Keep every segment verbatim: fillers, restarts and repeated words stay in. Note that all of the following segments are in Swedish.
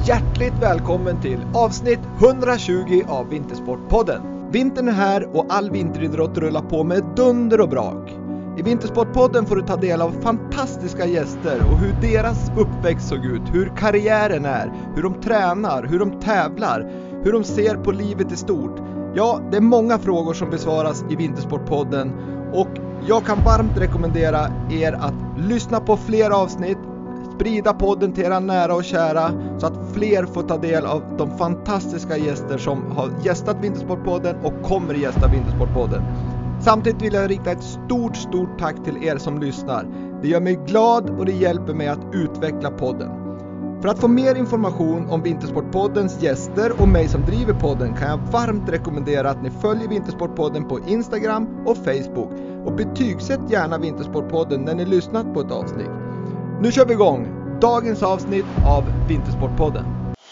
hjärtligt välkommen till avsnitt hundratjugo av Vintersportpodden. Vintern är här och all vinteridrott rullar på med dunder och brak. I Vintersportpodden får du ta del av fantastiska gäster och hur deras uppväxt såg ut, hur karriären är, hur de tränar, hur de tävlar, hur de ser på livet i stort. Ja, det är många frågor som besvaras i Vintersportpodden och jag kan varmt rekommendera er att lyssna på fler avsnitt, sprida podden till era nära och kära så att fler får ta del av de fantastiska gäster som har gästat Vintersportpodden och kommer gästa Vintersportpodden. Samtidigt vill jag rikta ett stort, stort tack till er som lyssnar. Det gör mig glad och det hjälper mig att utveckla podden. För att få mer information om Vintersportpoddens gäster och mig som driver podden kan jag varmt rekommendera att ni följer Vintersportpodden på Instagram och Facebook. Och betygsätt gärna Vintersportpodden när ni lyssnat på ett avsnitt. Nu kör vi igång dagens avsnitt av Vintersportpodden.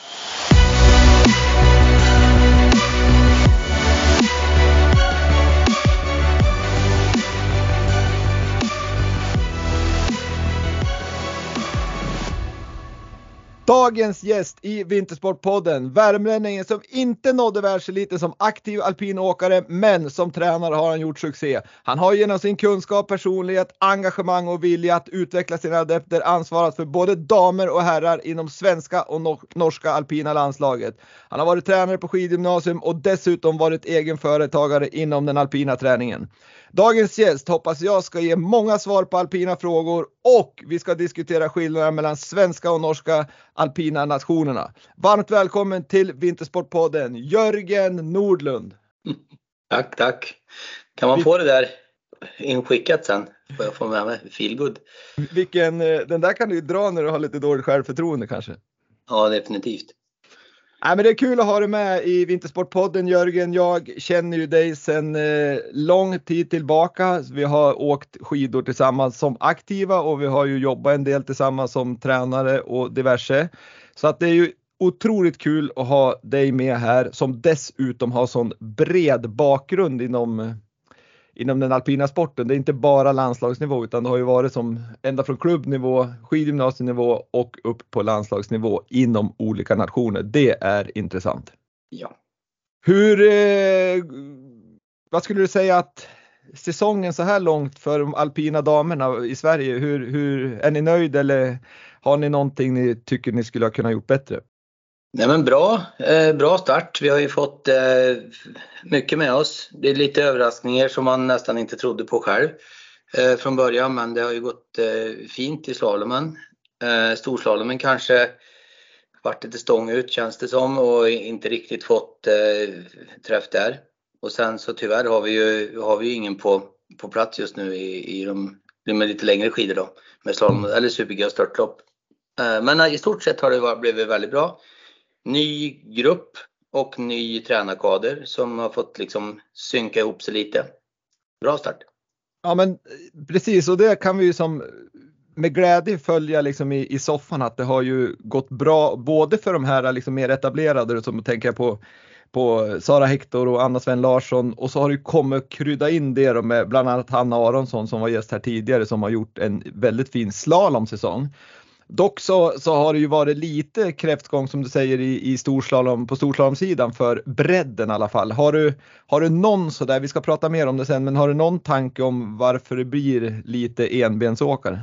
Dagens gäst i Vintersportpodden, värmlänningen som inte nådde världseliten som aktiv alpinåkare, men som tränare har han gjort succé. Han har genom sin kunskap, personlighet, engagemang och vilja att utveckla sina adepter ansvarat för både damer och herrar inom svenska och nor- norska alpina landslaget. Han har varit tränare på skidgymnasium och dessutom varit egen företagare inom den alpina träningen. Dagens gäst hoppas jag ska ge många svar på alpina frågor och vi ska diskutera skillnaderna mellan svenska och norska alpina nationerna. Varmt välkommen till Vintersportpodden, Jörgen Nordlund. Tack, tack. Kan man få det där inskickat sen? Får jag få med mig feelgood? Vilken, den där kan du ju dra när du har lite dåligt självförtroende kanske. Ja, definitivt. Nej, men det är kul att ha dig med i Vintersportpodden, Jörgen. Jag känner ju dig sedan eh, lång tid tillbaka. Vi har åkt skidor tillsammans som aktiva och vi har ju jobbat en del tillsammans som tränare och diverse. Så att det är ju otroligt kul att ha dig med här som dessutom har sån bred bakgrund inom, inom den alpina sporten. Det är inte bara landslagsnivå utan det har ju varit som ända från klubbnivå, skidgymnasienivå och upp på landslagsnivå inom olika nationer. Det är intressant. Ja. Hur, eh, vad skulle du säga att säsongen så här långt för de alpina damerna i Sverige, hur, hur är ni nöjd eller har ni någonting ni tycker ni skulle ha kunnat gjort bättre? Nej men bra, eh, bra start. Vi har ju fått eh, mycket med oss. Det är lite överraskningar som man nästan inte trodde på själv eh, från början. Men det har ju gått eh, fint i slalomen. Eh, storslalomen kanske varit lite stång ut känns det som och inte riktigt fått eh, träff där. Och sen så tyvärr har vi ju, har vi ju ingen på, på plats just nu i, i de med lite längre skidor då. Med slalom eller super-G och störtlopp. Eh, men i stort sett har det varit, blivit väldigt bra. Ny grupp och ny tränarkader som har fått liksom synka ihop sig lite. Bra start. Ja men precis, och det kan vi ju som med glädje följa liksom i, i soffan att det har ju gått bra både för de här liksom mer etablerade som tänker på på Sara Hector och Anna Sven Larsson och så har det kommit krydda in det då med bland annat Hanna Aronsson som var gäst här tidigare som har gjort en väldigt fin slalomsäsong. Dock så, så har det ju varit lite kräftgång som du säger i, i storslalom, på storslalomsidan för bredden i alla fall. Har du, har du någon sådär, vi ska prata mer om det sen, men har du någon tanke om varför det blir lite enbensåkare?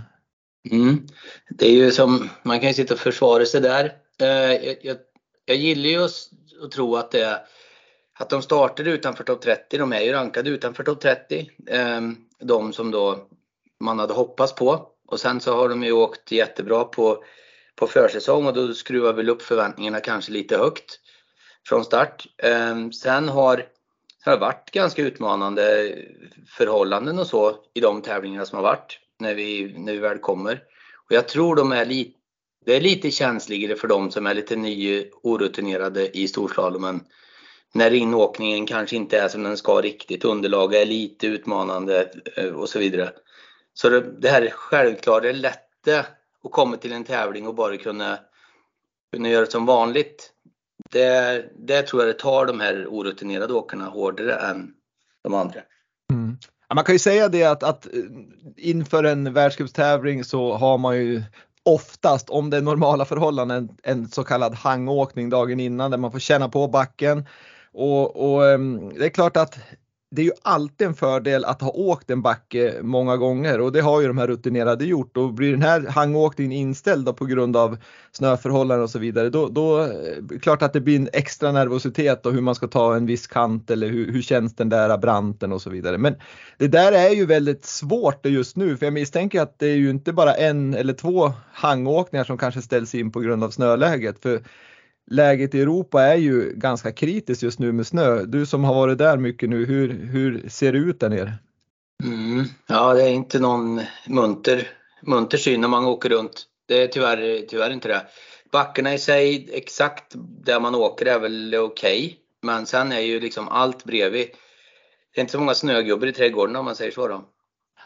Mm. Det är ju som, man kan ju sitta och försvara sig där. Uh, jag, jag, jag gillar ju att, att tro att det att de startade utanför topp trettio, de är ju rankade utanför topp trettio. Um, de som då man hade hoppats på. Och sen så har de ju åkt jättebra på, på försäsong och då skruvar vi upp förväntningarna kanske lite högt från start. Um, sen har det har varit ganska utmanande förhållanden och så i de tävlingarna som har varit när vi, när vi väl kommer. Och jag tror de är lite, det är lite känsligare för dem som är lite nya orutinerade i storslalomen. När inåkningen kanske inte är som den ska riktigt, underlaget är lite utmanande och så vidare. Så det, det här är självklart, det är lätt att komma till en tävling och bara kunna, kunna göra det som vanligt. Det, det tror jag det tar de här orutinerade åkarna hårdare än de andra. Mm. Ja, man kan ju säga det att, att inför en världscupstävling så har man ju oftast, om det är normala förhållanden, en så kallad hangåkning dagen innan där man får känna på backen. Och, och det är klart att det är ju alltid en fördel att ha åkt en backe många gånger, och det har ju de här rutinerade gjort. Och blir den här hangåkningen inställd då på grund av snöförhållanden och så vidare, då, då är det klart att det blir en extra nervositet och hur man ska ta en viss kant eller hur, hur känns den där branten och så vidare. Men det där är ju väldigt svårt just nu, för jag misstänker att det är ju inte bara en eller två hangåkningar som kanske ställs in på grund av snöläget, för läget i Europa är ju ganska kritiskt just nu med snö. Du som har varit där mycket nu, hur, hur ser det ut där nere? Mm, ja, det är inte någon munter, munter syn när man åker runt. Det är tyvärr, tyvärr inte det. Backarna i sig, exakt där man åker är väl okej. Okay, men sen är ju liksom allt bredvid. Det är inte så många snögubbar i trädgården om man säger så då.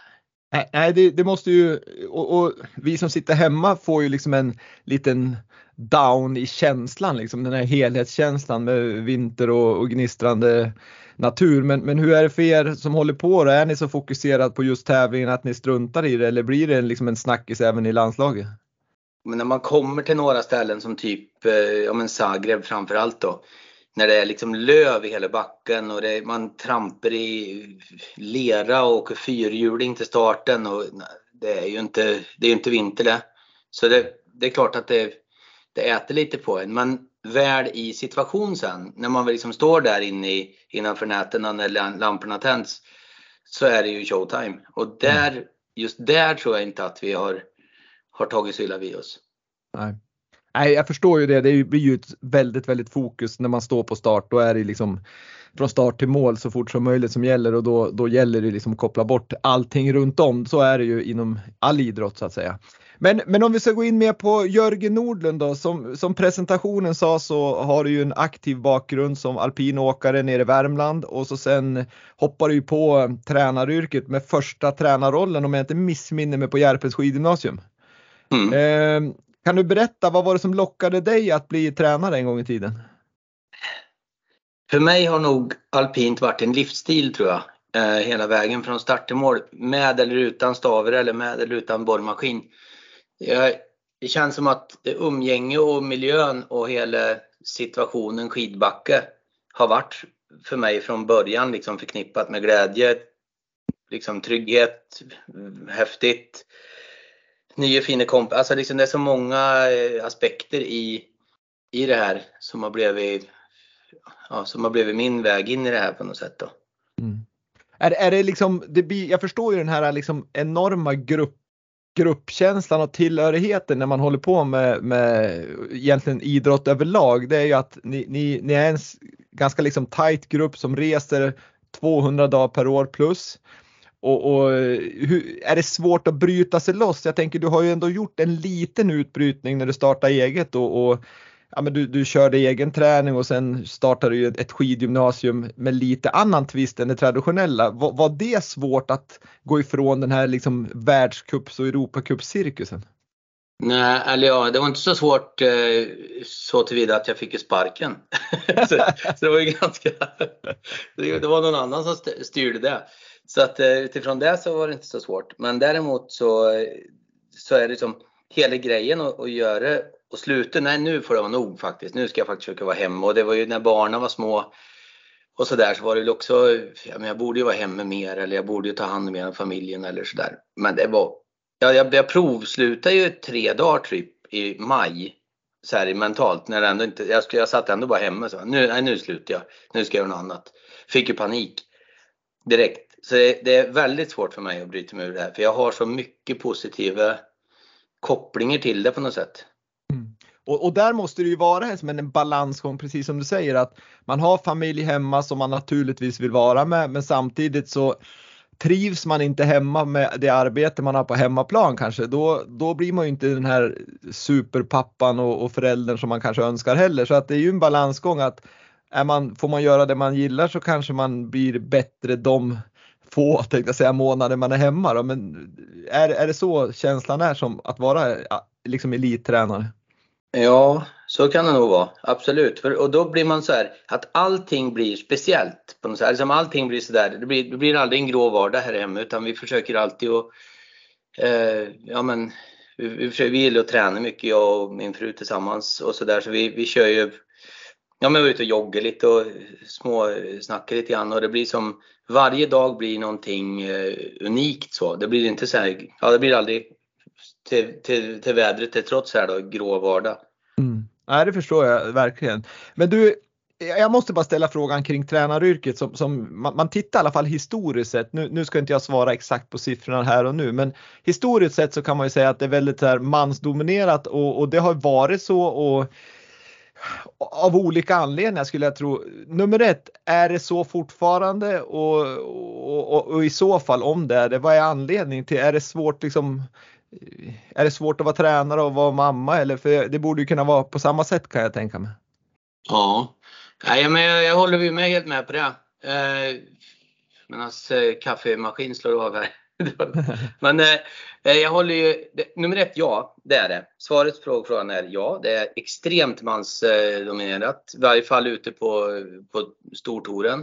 Nej, det, det måste ju, och, och vi som sitter hemma får ju liksom en liten down i känslan, liksom den här helhetskänslan med vinter och, och gnistrande natur. Men, men hur är det för er som håller på då? Är ni så fokuserad på just tävlingen att ni struntar i det, eller blir det liksom en snackis även i landslaget? Men när man kommer till några ställen som typ, ja men Zagreb framförallt då, när det är liksom löv i hela backen och det, man trampar i lera och åker fyrhjuling till starten, och det är ju inte, det är ju inte vinter det. Så det, det är klart att det, det äter lite på en, men väl i situation sen, när man liksom står där inne i, innanför näten när lamporna tänds, så är det ju showtime. Och där, just där tror jag inte att vi har, har tagit så illa vid oss. Nej. Nej, jag förstår ju det. Det blir ju ett väldigt, väldigt fokus när man står på start. Då är det liksom från start till mål så fort som möjligt som gäller, och då, då gäller det liksom att koppla bort allting runt om. Så är det ju inom all idrott så att säga. Men, men om vi ska gå in mer på Jörgen Nordlund då, som, som presentationen sa så har du ju en aktiv bakgrund som alpinåkare nere i Värmland, och så sen hoppar du ju på tränaryrket med första tränarrollen, om jag inte missminner mig, på Järpens skidgymnasium. Mm. Eh, kan du berätta, vad var det som lockade dig att bli tränare en gång i tiden? För mig har nog alpint varit en livsstil tror jag. Eh, hela vägen från start till mål. Med eller utan staver eller med eller utan borrmaskin. Jag, det känns som att umgänge och miljön och hela situationen skidbacke har varit för mig från början liksom förknippat med glädje, liksom trygghet, häftigt. Nya fina komp. Alltså liksom det är så många aspekter i, i det här som har blivit, ja, som har blivit min väg in i det här på något sätt då. Mm. Är, är det liksom, det blir, jag förstår ju den här liksom enorma grupp, gruppkänslan och tillhörigheten när man håller på med, med egentligen idrott överlag. Det är ju att ni, ni, ni är en ganska liksom tight grupp som reser tvåhundra dagar per år plus. Och, och hur, är det svårt att bryta sig loss? Jag tänker, du har ju ändå gjort en liten utbrytning när du startade eget, och, och ja, men du, du körde egen träning och sen startade du ett skidgymnasium med lite annan twist än det traditionella. Var, var det svårt att gå ifrån den här liksom världscups- och Europacupscirkusen? Nej, eller ja, det var inte så svårt eh, så tillvida att jag fick ju sparken. så, så det var ju ganska, det var någon annan som styrde det. Så att utifrån det så var det inte så svårt. Men däremot så, så är det som hela grejen att, att göra och sluta. Nej, nu får det vara nog faktiskt. Nu ska jag faktiskt försöka vara hemma. Och det var ju när barnen var små och så där, så var det ju också, ja, men jag borde ju vara hemma mer, eller jag borde ju ta hand om mer av familjen eller så där. Men det var, ja, jag, jag provslutade ju tre dagar typ i maj. Så här mentalt, när det ändå inte, jag, jag satt ändå bara hemma så. Nu, nej, nu slutar jag. Nu ska jag göra något annat. Fick ju panik direkt. Så det är väldigt svårt för mig att bryta mig ur det här. För jag har så mycket positiva kopplingar till det på något sätt. Mm. Och, och där måste det ju vara som en balansgång, precis som du säger, att man har familj hemma som man naturligtvis vill vara med. Men samtidigt så trivs man inte hemma med det arbete man har på hemmaplan kanske. Då, då blir man ju inte den här superpappan och, och föräldern som man kanske önskar heller. Så att det är ju en balansgång att är man, får man göra det man gillar så kanske man blir bättre de få, tänkte jag säga, månader man är hemma då. Men är, är det så känslan är som att vara liksom elittränare? Ja, så kan det nog vara. Absolut. För, och då blir man så här att allting blir speciellt på något sätt. Alltså, allting blir så där. Det blir, det blir aldrig en grå vardag här hemma, utan vi försöker alltid att eh, ja, men, vi, vi, försöker, vi gillar att träna mycket, jag och min fru tillsammans och sådär. Så vi, vi kör ju, ja men vi är ute och joggar lite och små snackar lite grann. Och det blir som, varje dag blir någonting eh, unikt så. Det blir inte så här, ja det blir aldrig till, till, till vädret, till trots här då, grå vardag. Mm. Nej, det förstår jag verkligen. Men du, jag måste bara ställa frågan kring tränaryrket som, som man, man tittar i alla fall historiskt sett. Nu, nu ska inte jag svara exakt på siffrorna här och nu, men historiskt sett så kan man ju säga att det är väldigt här mansdominerat och, och det har varit så och av olika anledningar skulle jag tro. Nummer ett, är det så fortfarande och, och, och, och i så fall om det är det, vad är anledningen till? Är det svårt liksom, är det svårt att vara tränare och vara mamma eller för det borde ju kunna vara på samma sätt kan jag tänka mig. Ja, nej, men jag, jag håller ju med helt med på det. Eh, men alltså, kaffemaskin slår av här. Men eh, jag håller ju, det, nummer ett, ja, det är det. Svaret på frågan är ja, det är extremt mansdominerat. I varje fall ute på, på stortouren.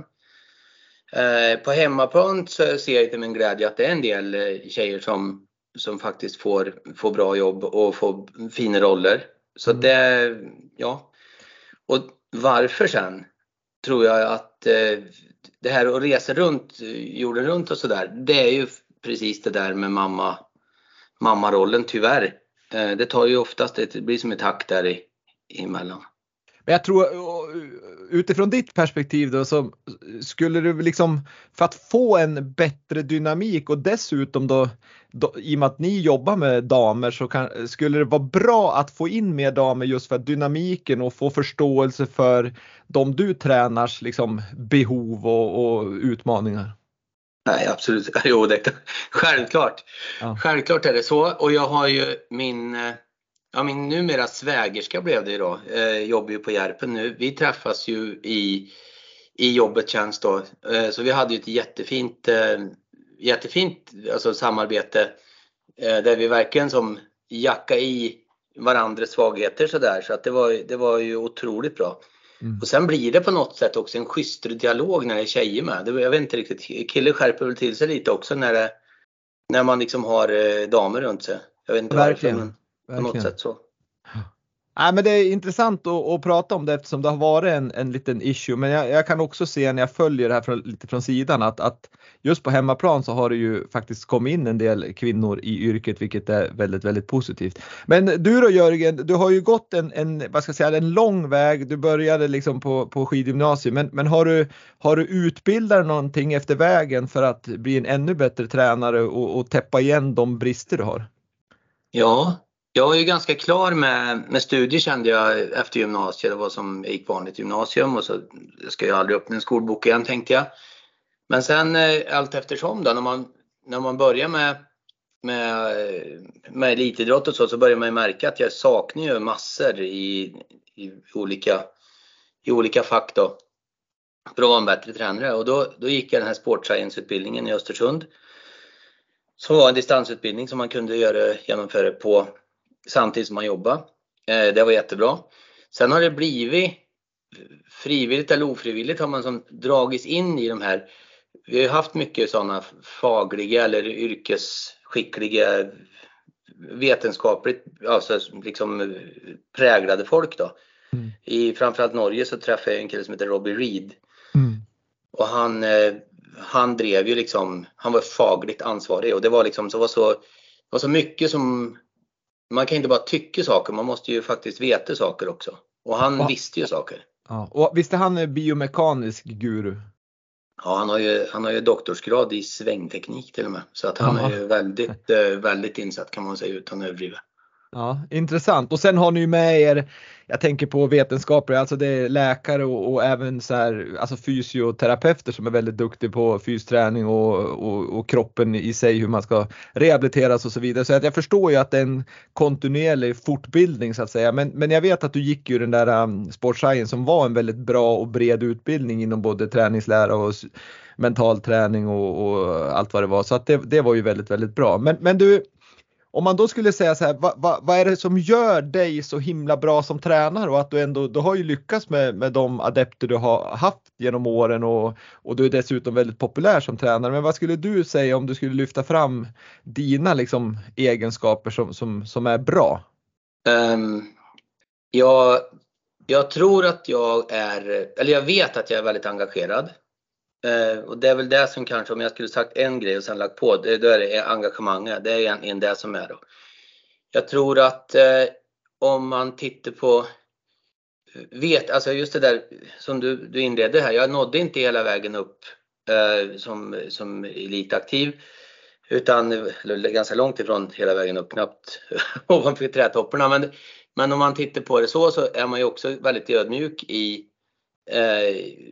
Eh, på hemmaplan så ser jag till min glädje att det är en del tjejer som, som faktiskt får, får bra jobb och får fina roller. Så mm. det, ja. Och varför sen tror jag att eh, det här att resa runt, jorden runt och sådär, det är ju precis det där med mamma, mammarollen tyvärr. Eh, det tar ju oftast, det blir som ett hack där i, emellan. Men jag tror utifrån ditt perspektiv då så skulle du liksom för att få en bättre dynamik och dessutom då, då i och med att ni jobbar med damer så kan, skulle det vara bra att få in mer damer just för dynamiken och få förståelse för de du tränars liksom behov och, och utmaningar. Nej, absolut. Jo, det, självklart. Ja. Självklart är det så och jag har ju min Ja, min numera svägerska blev det idag. Eh, jobbar ju på Järpen nu. Vi träffas ju i, i jobbet tjänst då. Eh, så vi hade ju ett jättefint, eh, jättefint alltså, samarbete. Eh, där vi verkligen som jacka i varandras svagheter sådär. Så att det var, det var ju otroligt bra. Mm. Och sen blir det på något sätt också en schysstare dialog när det är tjejer med. Det, jag vet inte riktigt. Killar skärper väl till sig lite också när, det, när man liksom har eh, damer runt sig. Jag vet inte verkligen. Varför, men... På något sätt så. Nej, men det är intressant att, att prata om det eftersom det har varit en, en liten issue. Men jag, jag kan också se när jag följer det här från, lite från sidan att, att just på hemmaplan så har det ju faktiskt kommit in en del kvinnor i yrket vilket är väldigt, väldigt positivt. Men du då Jörgen, du har ju gått en, en, vad ska jag säga, en lång väg. Du började liksom på, på skidgymnasium. Men, men har, du, har du utbildat någonting efter vägen för att bli en ännu bättre tränare och, och täppa igen de brister du har? Ja. Jag var ju ganska klar med, med studier kände jag efter gymnasiet. Det var som jag gick vanligt gymnasium och så ska jag aldrig öppna en skolbok igen tänkte jag. Men sen allt eftersom då när man, när man börjar med, med, med elitidrott och så så börjar man ju märka att jag saknar ju massor i, i, olika, i olika fack då. För att vara en bättre tränare och då, då gick jag den här sportscience-utbildningen i Östersund. Som var en distansutbildning som man kunde göra, genomföra på samtidigt som man jobbar. Eh, det var jättebra. Sen har det blivit frivilligt eller ofrivilligt har man som dragits in i de här. Vi har haft mycket sådana fagliga eller yrkesskickliga vetenskapligt alltså liksom präglade folk då. Mm. I framförallt Norge så träffade jag en kille som heter Robbie Reed. Mm. Och han eh, han drev ju liksom han var fagligt ansvarig och det var liksom så var så var så mycket som man kan inte bara tycka saker, man måste ju faktiskt veta saker också. Och han ja. visste ju saker. Ja. Och visst är han biomekanisk guru? Ja, han har ju, han har ju doktorsgrad i svängteknik till och med. Så att han ja. är ju väldigt, väldigt insatt kan man säga utan att överdriva. Ja, intressant. Och sen har ni ju med er, jag tänker på vetenskaper, alltså det är läkare och, och även så här, alltså fysioterapeuter som är väldigt duktiga på fysträning och, och, och kroppen i sig, hur man ska rehabiliteras och så vidare. Så att jag förstår ju att det är en kontinuerlig fortbildning så att säga. Men, men jag vet att du gick ju den där um, sportscience som var en väldigt bra och bred utbildning inom både träningslära och mental träning och, och allt vad det var. Så att det, det var ju väldigt, väldigt bra. Men, men du... om man då skulle säga så här, vad, vad, vad är det som gör dig så himla bra som tränare, och att du ändå, du har ju lyckats med, med de adepter du har haft genom åren, och, och du är dessutom väldigt populär som tränare. Men vad skulle du säga om du skulle lyfta fram dina liksom egenskaper som, som, som är bra? Um, jag, jag tror att jag är, eller jag vet att jag är väldigt engagerad. Uh, och det är väl det som kanske, om jag skulle sagt en grej och sen lagt på, det, då är det engagemanget. Det är egentligen det som är då. Jag tror att uh, om man tittar på, vet, alltså just det där som du, du inledde här, jag nådde inte hela vägen upp uh, som, som elitaktiv. Utan ganska långt ifrån hela vägen upp, knappt ovanför trädtopparna. Men, men om man tittar på det så, så är man ju också väldigt ödmjuk i, eh,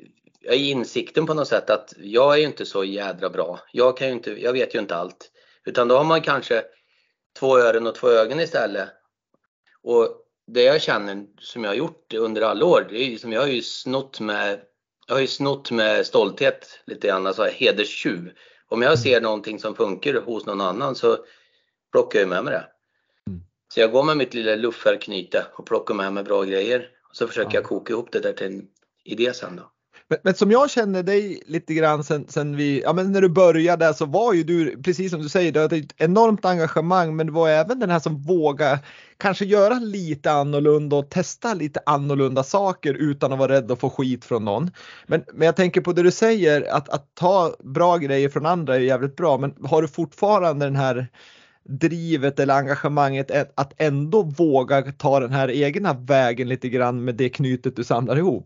i insikten på något sätt att jag är ju inte så jädra bra. Jag, kan ju inte, jag vet ju inte allt. Utan då har man kanske två öron och två ögon istället. Och det jag känner som jag har gjort under alla år, det är ju som jag har ju snott med, jag har ju snott med stolthet lite grann, alltså hederstjuv. Om jag ser någonting som funkar hos någon annan så plockar jag med mig det. Mm. Så jag går med mitt lilla luffarknyte och plockar med mig bra grejer. Och så försöker ja. jag koka ihop det där till en idé sen då. Men, men som jag känner dig lite grann sen, sen vi, ja men när du började så var ju du, precis som du säger, du hade ett enormt engagemang, men det var även den här som vågar kanske göra lite annorlunda och testa lite annorlunda saker utan att vara rädd att få skit från någon. Men, men jag tänker på det du säger, att, att ta bra grejer från andra är jävligt bra, men har du fortfarande den här drivet eller engagemanget att ändå våga ta den här egna vägen lite grann med det knytet du samlar ihop?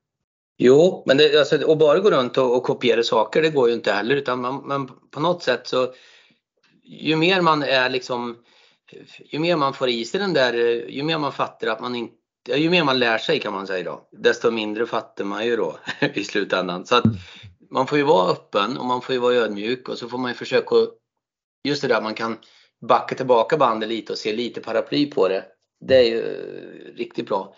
Jo, men det, alltså, och bara gå runt och, och kopiera saker, det går ju inte heller, utan man, man på något sätt så ju mer man är liksom, ju mer man får i sig den där, ju mer man fattar att man inte, ju mer man lär sig kan man säga då, desto mindre fattar man ju då i slutändan. Så att man får ju vara öppen och man får ju vara ödmjuk, och så får man ju försöka, just det där man kan backa tillbaka bandet lite och se lite paraply på det. Det är ju riktigt bra.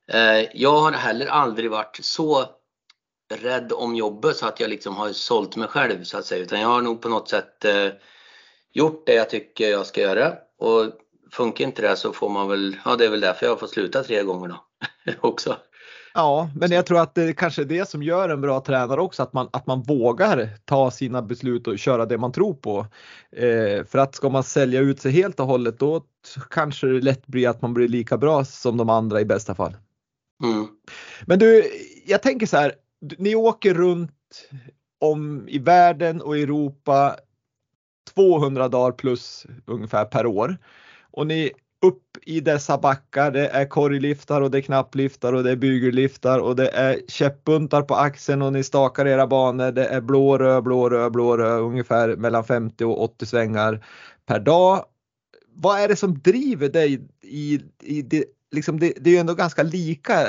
Jag har heller aldrig varit så rädd om jobbet så att jag liksom har sålt mig själv så att säga, utan jag har nog på något sätt eh, gjort det jag tycker jag ska göra, och funkar inte det så får man väl, ja det är väl därför jag har fått sluta tre gånger då också. Ja, men jag tror att det kanske är det som gör en bra tränare också, att man, att man vågar ta sina beslut och köra det man tror på. Eh, för att ska man sälja ut sig helt och hållet, då kanske det lätt blir att man blir lika bra som de andra i bästa fall. Mm. Men du, jag tänker så här, ni åker runt om i världen och Europa tvåhundra dagar plus ungefär per år. Och ni upp i dessa backar, det är korgliftar och det är knappliftar och det är bygeliftar och det är käppbuntar på axeln och ni stakar era banor. Det är blårö, blårö, blårö, ungefär mellan femtio och åttio svängar per dag. Vad är det som driver dig i, i det? Liksom det, det är ju ändå ganska lika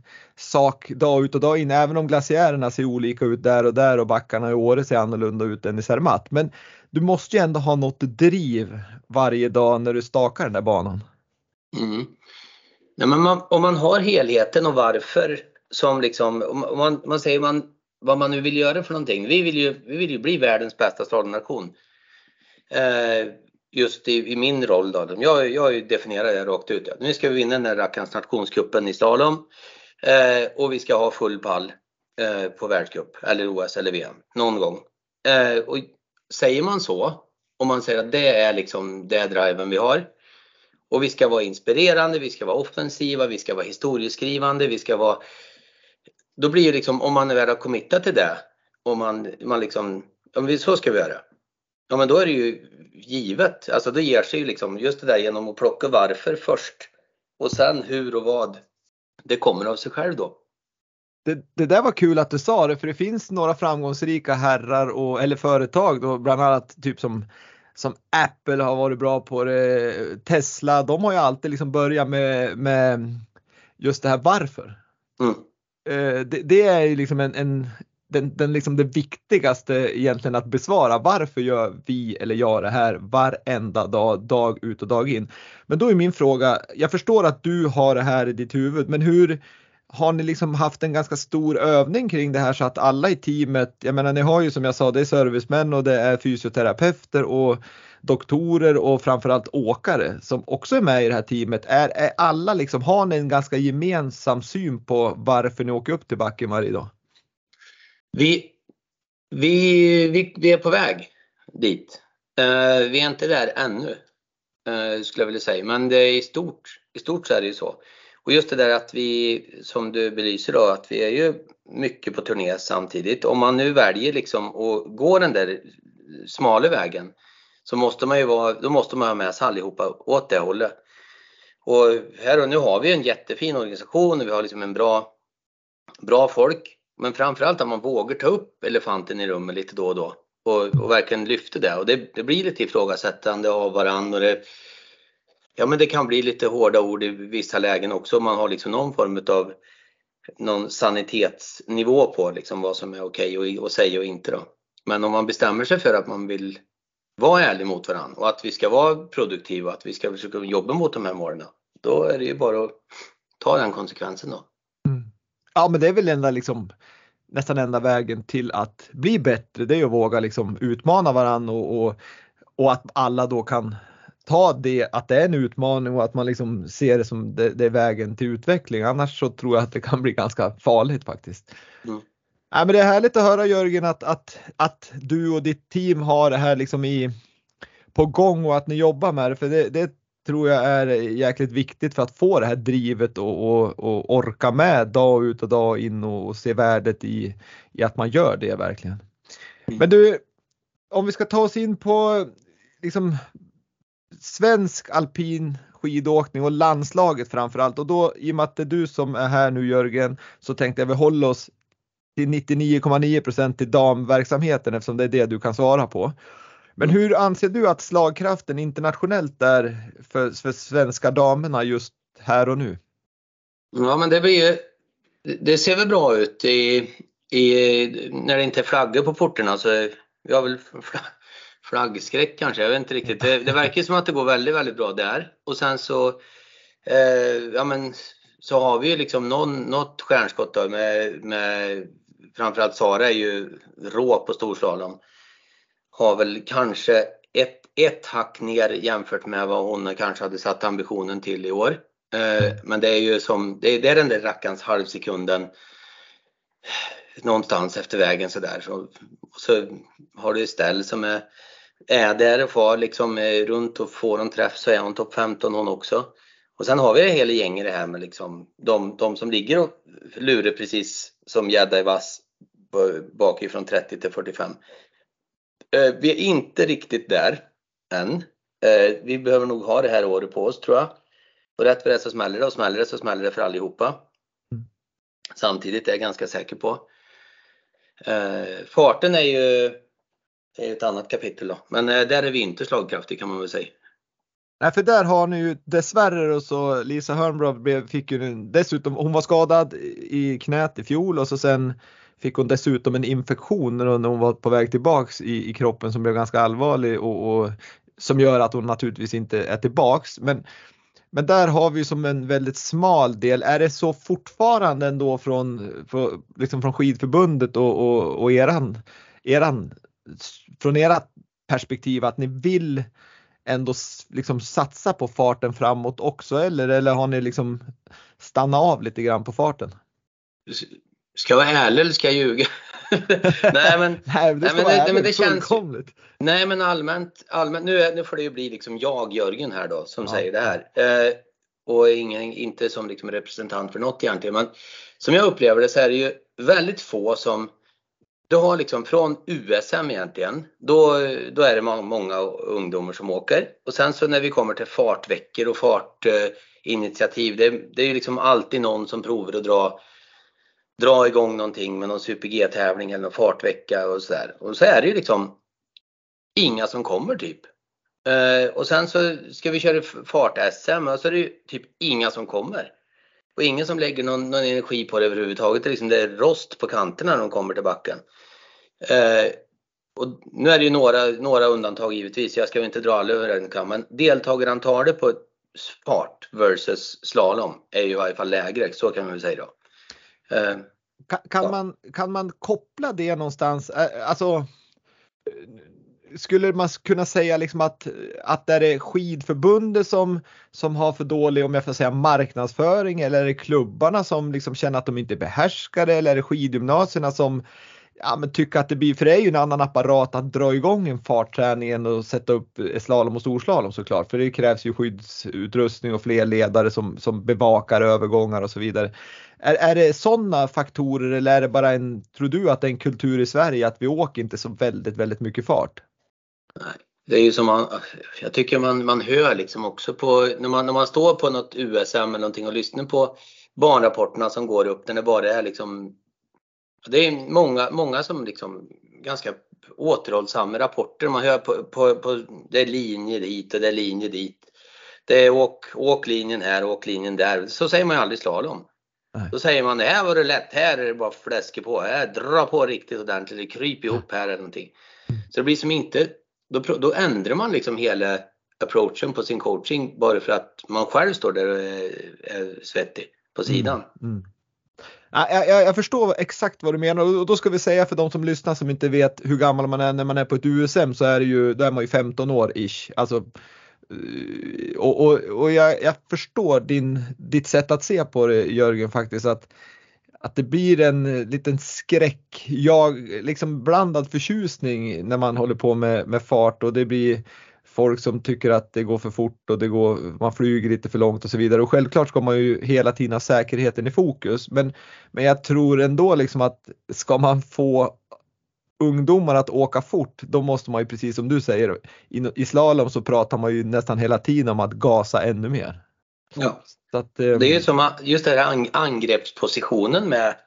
sak dag ut och dag in, även om glaciärerna ser olika ut där och där och backarna i Åre ser annorlunda ut än i Zermatt. Men du måste ju ändå ha något driv varje dag när du stakar den där banan. Mm. Nej, men man, om man har helheten och varför, som liksom, om man, man säger man, vad man nu vill göra för någonting. Vi vill ju, vi vill ju bli världens bästa slalomnation. Eh, just i, i min roll då. Jag, jag definierar det rakt ut. Nu ska vi vinna den här rackarns nationscupen i slalom. Eh, och vi ska ha full pall eh, på världscup eller O S eller V M någon gång. Eh, och säger man så, om man säger att det är liksom det driven vi har, och vi ska vara inspirerande, vi ska vara offensiva, vi ska vara historieskrivande, vi ska vara, då blir det liksom, om man är väl committat till det, och man, man liksom, ja, så ska vi göra. Ja, men då är det ju givet, alltså det ger sig ju liksom just det där genom att plocka varför först, och sen hur och vad, det kommer av sig själv då. Det, det där var kul att du sa det, för det finns några framgångsrika herrar och, eller företag då, bland annat typ som, som Apple har varit bra på det, Tesla, de har ju alltid liksom börjat med, med just det här varför. Mm. Det, det är ju liksom en, en den, den liksom det viktigaste egentligen att besvara. Varför gör vi eller jag det här varenda dag, dag ut och dag in? Men då är min fråga, jag förstår att du har det här i ditt huvud, men hur har ni liksom haft en ganska stor övning kring det här så att alla i teamet, jag menar ni har ju som jag sa, det är servicemän och det är fysioterapeuter och doktorer och framförallt åkare som också är med i det här teamet. Är, är alla liksom, har ni en ganska gemensam syn på varför ni åker upp till backen varje dag? Vi, vi, vi, vi är på väg dit. Uh, vi är inte där ännu, uh, skulle jag vilja säga. Men det är i stort, i stort så är det ju så. Och just det där att vi, som du belyser då, att vi är ju mycket på turné samtidigt. Om man nu väljer liksom att gå den där smala vägen, så måste man ju vara, då måste man ha med sig allihopa åt det hållet. Och här och nu har vi en jättefin organisation och vi har liksom en bra, bra folk. Men framförallt att man vågar ta upp elefanten i rummet lite då och då. Och, och verkligen lyfter det. Och det, det blir lite ifrågasättande av varandra. Och det, ja, men det kan bli lite hårda ord i vissa lägen också. Man har liksom någon form av någon sanitetsnivå på liksom vad som är okej okay och, och säga och inte då. Men om man bestämmer sig för att man vill vara ärlig mot varandra och att vi ska vara produktiva, att vi ska försöka jobba mot de här målen, då är det ju bara att ta den konsekvensen då. Mm. Ja, men det är väl enda liksom nästan enda vägen till att bli bättre. Det är ju att våga liksom utmana varandra och, och, och att alla då kan ta det, att det är en utmaning och att man liksom ser det som det, det är vägen till utveckling. Annars så tror jag att det kan bli ganska farligt faktiskt. Mm. Ja, men det är härligt att höra, Jörgen, att, att, att du och ditt team har det här liksom i, på gång och att ni jobbar med det. För det, det tror jag är jäkligt viktigt för att få det här drivet och, och, och orka med dag ut och dag in och, och se värdet i, i att man gör det verkligen. Mm. Men du, om vi ska ta oss in på liksom svensk alpin skidåkning och landslaget framförallt. Och då, i och med att det är du som är här nu, Jörgen, så tänkte jag vi håller oss till nittionio komma nio procent till damverksamheten eftersom det är det du kan svara på. Men hur anser du att slagkraften internationellt är för, för svenska damerna just här och nu? Ja, men det blir ju, det ser väl bra ut i, i, när det inte är flaggor på porterna, så vi har väl flaggskräck kanske, jag vet inte riktigt. Det, det verkar som att det går väldigt, väldigt bra där. Och sen så, eh, ja men, så har vi ju liksom någon, något stjärnskott då med, med framförallt Sara är ju rå på storslalom. Har väl kanske ett, ett hack ner jämfört med vad hon kanske hade satt ambitionen till i år. Eh, men det är ju som, det är, det är den där rackans halvsekunden någonstans efter vägen sådär. Så, så har du ställ som är, är där och får liksom är runt och får en träff, så är hon topp femton hon också. Och sen har vi det hela gänget det här med liksom de, de som ligger och lurar precis som gädda i vass bakifrån trettio till fyrtiofem. Eh, vi är inte riktigt där än. Eh, vi behöver nog ha det här året på oss, tror jag. Och rätt för det så smäller det och smäller det så smäller det för allihopa. Mm. Samtidigt är jag ganska säker på. Eh, farten är ju är ett annat kapitel då. Men eh, där är vi inte slagkraftig, kan man väl säga. Nej, för där har ni ju dessvärre, och så Lisa Hörnbrov fick ju dessutom, hon var skadad i knät i fjol och så sen fick hon dessutom en infektion när hon var på väg tillbaks i, i kroppen som blev ganska allvarlig och, och som gör att hon naturligtvis inte är tillbaks. Men, men där har vi som en väldigt smal del. Är det så fortfarande ändå från, från, liksom från skidförbundet och, och, och eran, eran, från era perspektiv att ni vill ändå liksom satsa på farten framåt också, eller, eller har ni liksom stannat av lite grann på farten? Ska jag vara ärlig eller ska jag ljuga? nej men, nej, det, nej, men, det, men det känns ju, nej men allmänt, allmänt nu, nu får det ju bli liksom jag, Jörgen här då, som ja. säger det här. Eh, och ingen, inte som liksom representant för något egentligen, men som jag upplever det så är det ju väldigt få som du har liksom från U S M egentligen, då, då är det många, många ungdomar som åker. Och sen så när vi kommer till fartveckor och fartinitiativ, det, det är ju liksom alltid någon som provar att dra, dra igång någonting med någon Super G-tävling eller någon fartvecka och sådär. Och så är det ju liksom inga som kommer typ. Eh, och sen så ska vi köra fart-S M och så är det ju typ inga som kommer. Och ingen som lägger någon, någon energi på det överhuvudtaget. Det är, liksom, det är rost på kanterna när de kommer till backen. Eh, och nu är det ju några, några undantag givetvis. Jag ska inte dra alla över den kan. Men deltagarantalet på fart versus slalom är ju i varje fall lägre. Så kan man väl säga då. Eh, kan, kan, ja. man, kan man koppla det någonstans? Alltså, skulle man kunna säga liksom att, att är det skidförbundet som, som har för dålig, om jag får säga, marknadsföring, eller är det klubbarna som liksom känner att de inte behärskar det, eller är det skidgymnasierna som ja, men tycker att det blir, för det är ju en annan apparat att dra igång en fartträning och sätta upp slalom och storslalom såklart, för det krävs ju skyddsutrustning och fler ledare som, som bevakar övergångar och så vidare. Är, är det sådana faktorer, eller är det bara en, tror du att det är en kultur i Sverige att vi åker inte så väldigt, väldigt mycket fart? Nej, det är ju som man, jag tycker man, man hör liksom också på, när man, när man står på något U S M eller någonting och lyssnar på banrapporterna som går upp, när det bara är liksom, det är många, många som liksom ganska återhållsamma rapporter. Man hör på, på, på det är linjer dit och det är linjer dit. Det är åk, åklinjen här och åklinjen där. Så säger man ju aldrig slalom. Nej. Då säger man, det här var det lätt, här är det bara fläske på. Här, dra på riktigt ordentligt, det kryper ihop här eller någonting. Så det blir som inte, då, då ändrar man liksom hela approachen på sin coaching bara för att man själv står där och är, är svettig på sidan. Mm. Mm. Jag, jag, jag förstår exakt vad du menar, och då ska vi säga för de som lyssnar som inte vet hur gammal man är när man är på ett U S M, så är det ju, då är man ju femton år ish. Alltså, och och, och jag, jag förstår din, ditt sätt att se på det, Jörgen, faktiskt, att, att det blir en liten skräck, jag, liksom blandad förtjusning när man håller på med, med fart, och det blir folk som tycker att det går för fort och det går, man flyger lite för långt och så vidare. Och självklart ska man ju hela tiden ha säkerheten i fokus. Men, men jag tror ändå liksom att ska man få ungdomar att åka fort, då måste man ju, precis som du säger, i, i slalom så pratar man ju nästan hela tiden om att gasa ännu mer. Ja, så att, um... det är ju som just den här angreppspositionen med,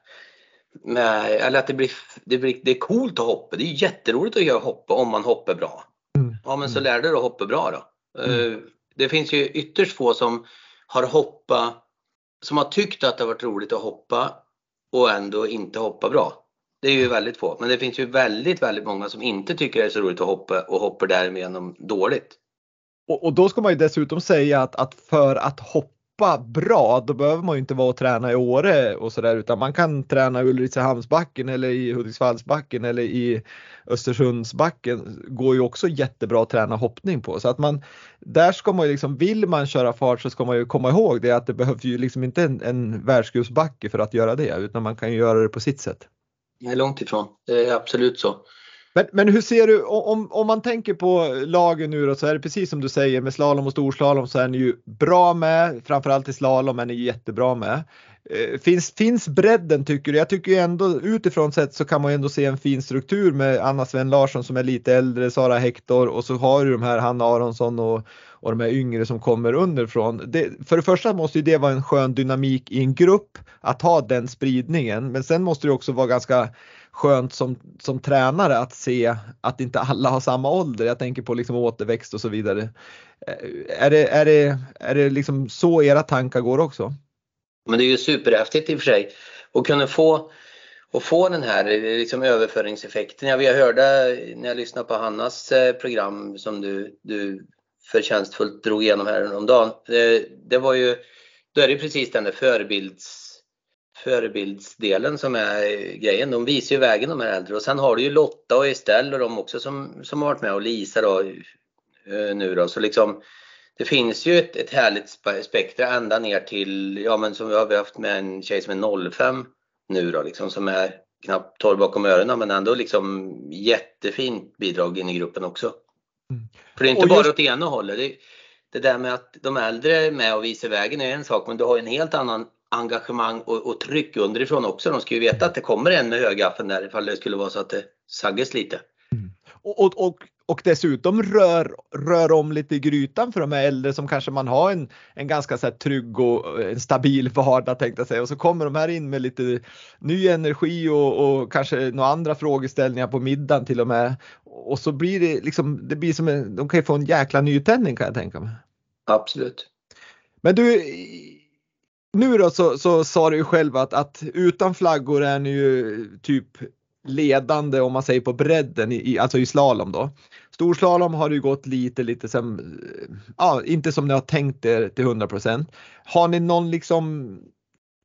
med eller att det blir, det blir det är coolt att hoppa. Det är jätteroligt att göra hoppa om man hoppar bra. Mm. Ja, men så lär du att hoppa bra då. Mm. Det finns ju ytterst få som har hoppat, som har tyckt att det har varit roligt att hoppa och ändå inte hoppa bra. Det är ju väldigt få. Men det finns ju väldigt, väldigt många som inte tycker det är så roligt att hoppa och hoppar därigenom dåligt. Och, och då ska man ju dessutom säga att, att för att hoppa bra, då behöver man ju inte vara och träna i Åre och sådär, utan man kan träna i Ulricehamnsbacken eller i Hudiksvallsbacken eller i Östersundsbacken, går ju också jättebra att träna hoppning på. Så att man, där ska man ju liksom, vill man köra fart så ska man ju komma ihåg det, att det behövs ju liksom inte en, en världscupsbacke för att göra det, utan man kan ju göra det på sitt sätt. Det är långt ifrån, det är absolut så. Men, men hur ser du, om, om man tänker på lagen nu då, så är det precis som du säger, med slalom och storslalom så är ni ju bra med, framförallt i slalom är ni jättebra med. Eh, finns, finns bredden, tycker du? Jag tycker ju ändå utifrån sett så kan man ju ändå se en fin struktur med Anna Sven Larsson som är lite äldre, Sara Hector, och så har du de här Hanna Aronsson och, och de här yngre som kommer underifrån. Det, för det första måste ju det vara en skön dynamik i en grupp att ha den spridningen, men sen måste det också vara ganska skönt som, som tränare att se att inte alla har samma ålder. Jag tänker på liksom återväxt och så vidare. Är det, är det, är det liksom så era tankar går också? Men det är ju superhäftigt i och för sig att kunna få, och få den här liksom överföringseffekten. Jag hörde när jag lyssnade på Hannas program som du, du förtjänstfullt drog igenom här om dagen. Det, det var ju, då är det precis den där förebilds förebildsdelen som är grejen. De visar ju vägen, de här äldre. Och sen har du ju Lotta och Estelle och de också som, som har varit med, och Lisa då, nu då. Så liksom, det finns ju ett, ett härligt spektra ända ner till, ja men som vi har haft med en tjej som är noll fem nu då, liksom, som är knappt torr bakom öronen, men ändå liksom jättefint bidrag in i gruppen också. Mm. För det är inte och bara just åt ena hållet. Det, det där med att de äldre är med och visar vägen är en sak, men du har en helt annan engagemang och, och tryck underifrån också. De ska ju veta att det kommer en med högaffeln där ifall det skulle vara så att det sagges lite. Mm. Och, och, och, och dessutom rör, rör om lite i grytan för de här äldre som kanske man har en, en ganska så här trygg och en stabil vardag, tänkte jag säga. Och så kommer de här in med lite ny energi och, och kanske några andra frågeställningar på middagen till och med. Och så blir det liksom, det blir som en, de kan ju få en jäkla nytändning, kan jag tänka mig. Absolut. Men du, nu då så, så sa du ju själv att, att utan flaggor är ni ju typ ledande, om man säger på bredden, i, alltså i slalom då. Storslalom har ju gått lite, lite som, ja, inte som ni har tänkt er till hundra procent. Har ni någon liksom,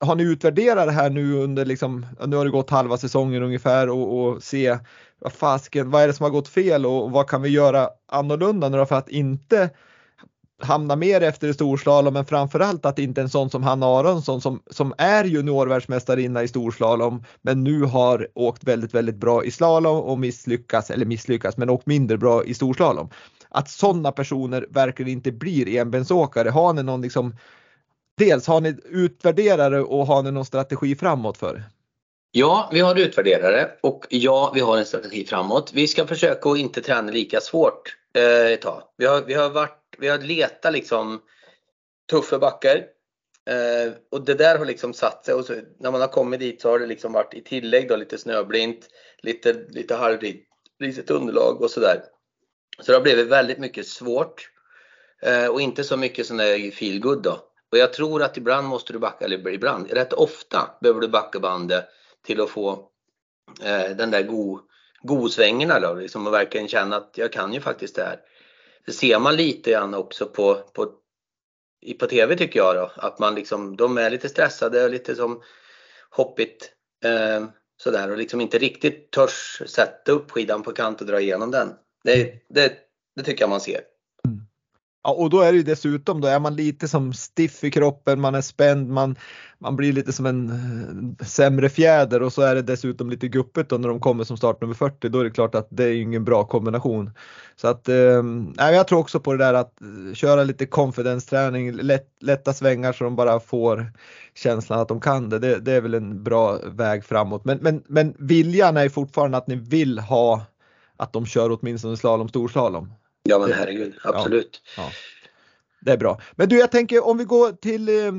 har ni utvärderat det här nu under liksom, nu har det gått halva säsongen ungefär och, och se vad fasken, vad är det som har gått fel och vad kan vi göra annorlunda nu då för att inte hamna mer efter i storslalom, men framförallt att inte en sån som Hanna Aronsson som, som är juniorvärldsmästarinna i storslalom men nu har åkt väldigt väldigt bra i slalom och misslyckas, eller misslyckas men åkt mindre bra i storslalom. Att sådana personer verkligen inte blir enbensåkare. Har ni någon liksom, dels har ni utvärderare och har ni någon strategi framåt för? Ja, vi har utvärderare och ja, vi har en strategi framåt. Vi ska försöka att inte träna lika svårt eh, ett tag. Vi har, vi har varit Vi har letat liksom tuffa backar eh, och det där har liksom satt sig och så, när man har kommit dit så har det liksom varit i tillägg då lite snöblint, lite, lite halvriset underlag och sådär. Så det har blivit väldigt mycket svårt eh, och inte så mycket sån där feel good då. Och jag tror att ibland måste du backa, eller ibland, rätt ofta behöver du backa bandet till att få eh, den där go, go-svängerna då, liksom och verkligen känna att jag kan ju faktiskt det här. Det ser man lite grann också på, på, på tv tycker jag då. Att man liksom, de är lite stressade och lite som hoppigt eh, sådär. Och liksom inte riktigt törs sätta upp skidan på kant och dra igenom den. Det, det, det tycker jag man ser. Ja, och då är det ju dessutom, då är man lite som stiff i kroppen, man är spänd, man, man blir lite som en äh, sämre fjäder och så är det dessutom lite guppet då när de kommer som startnummer fyrtio, då är det klart att det är ingen bra kombination. Så att, äh, jag tror också på det där att köra lite confidence-träning, lätt, lätta svängar så de bara får känslan att de kan det, det, det är väl en bra väg framåt. Men, men, men viljan är fortfarande att ni vill ha att de kör åtminstone slalom, storslalom. Ja men herregud, absolut. Ja, ja. Det är bra. Men du, jag tänker om vi går till eh,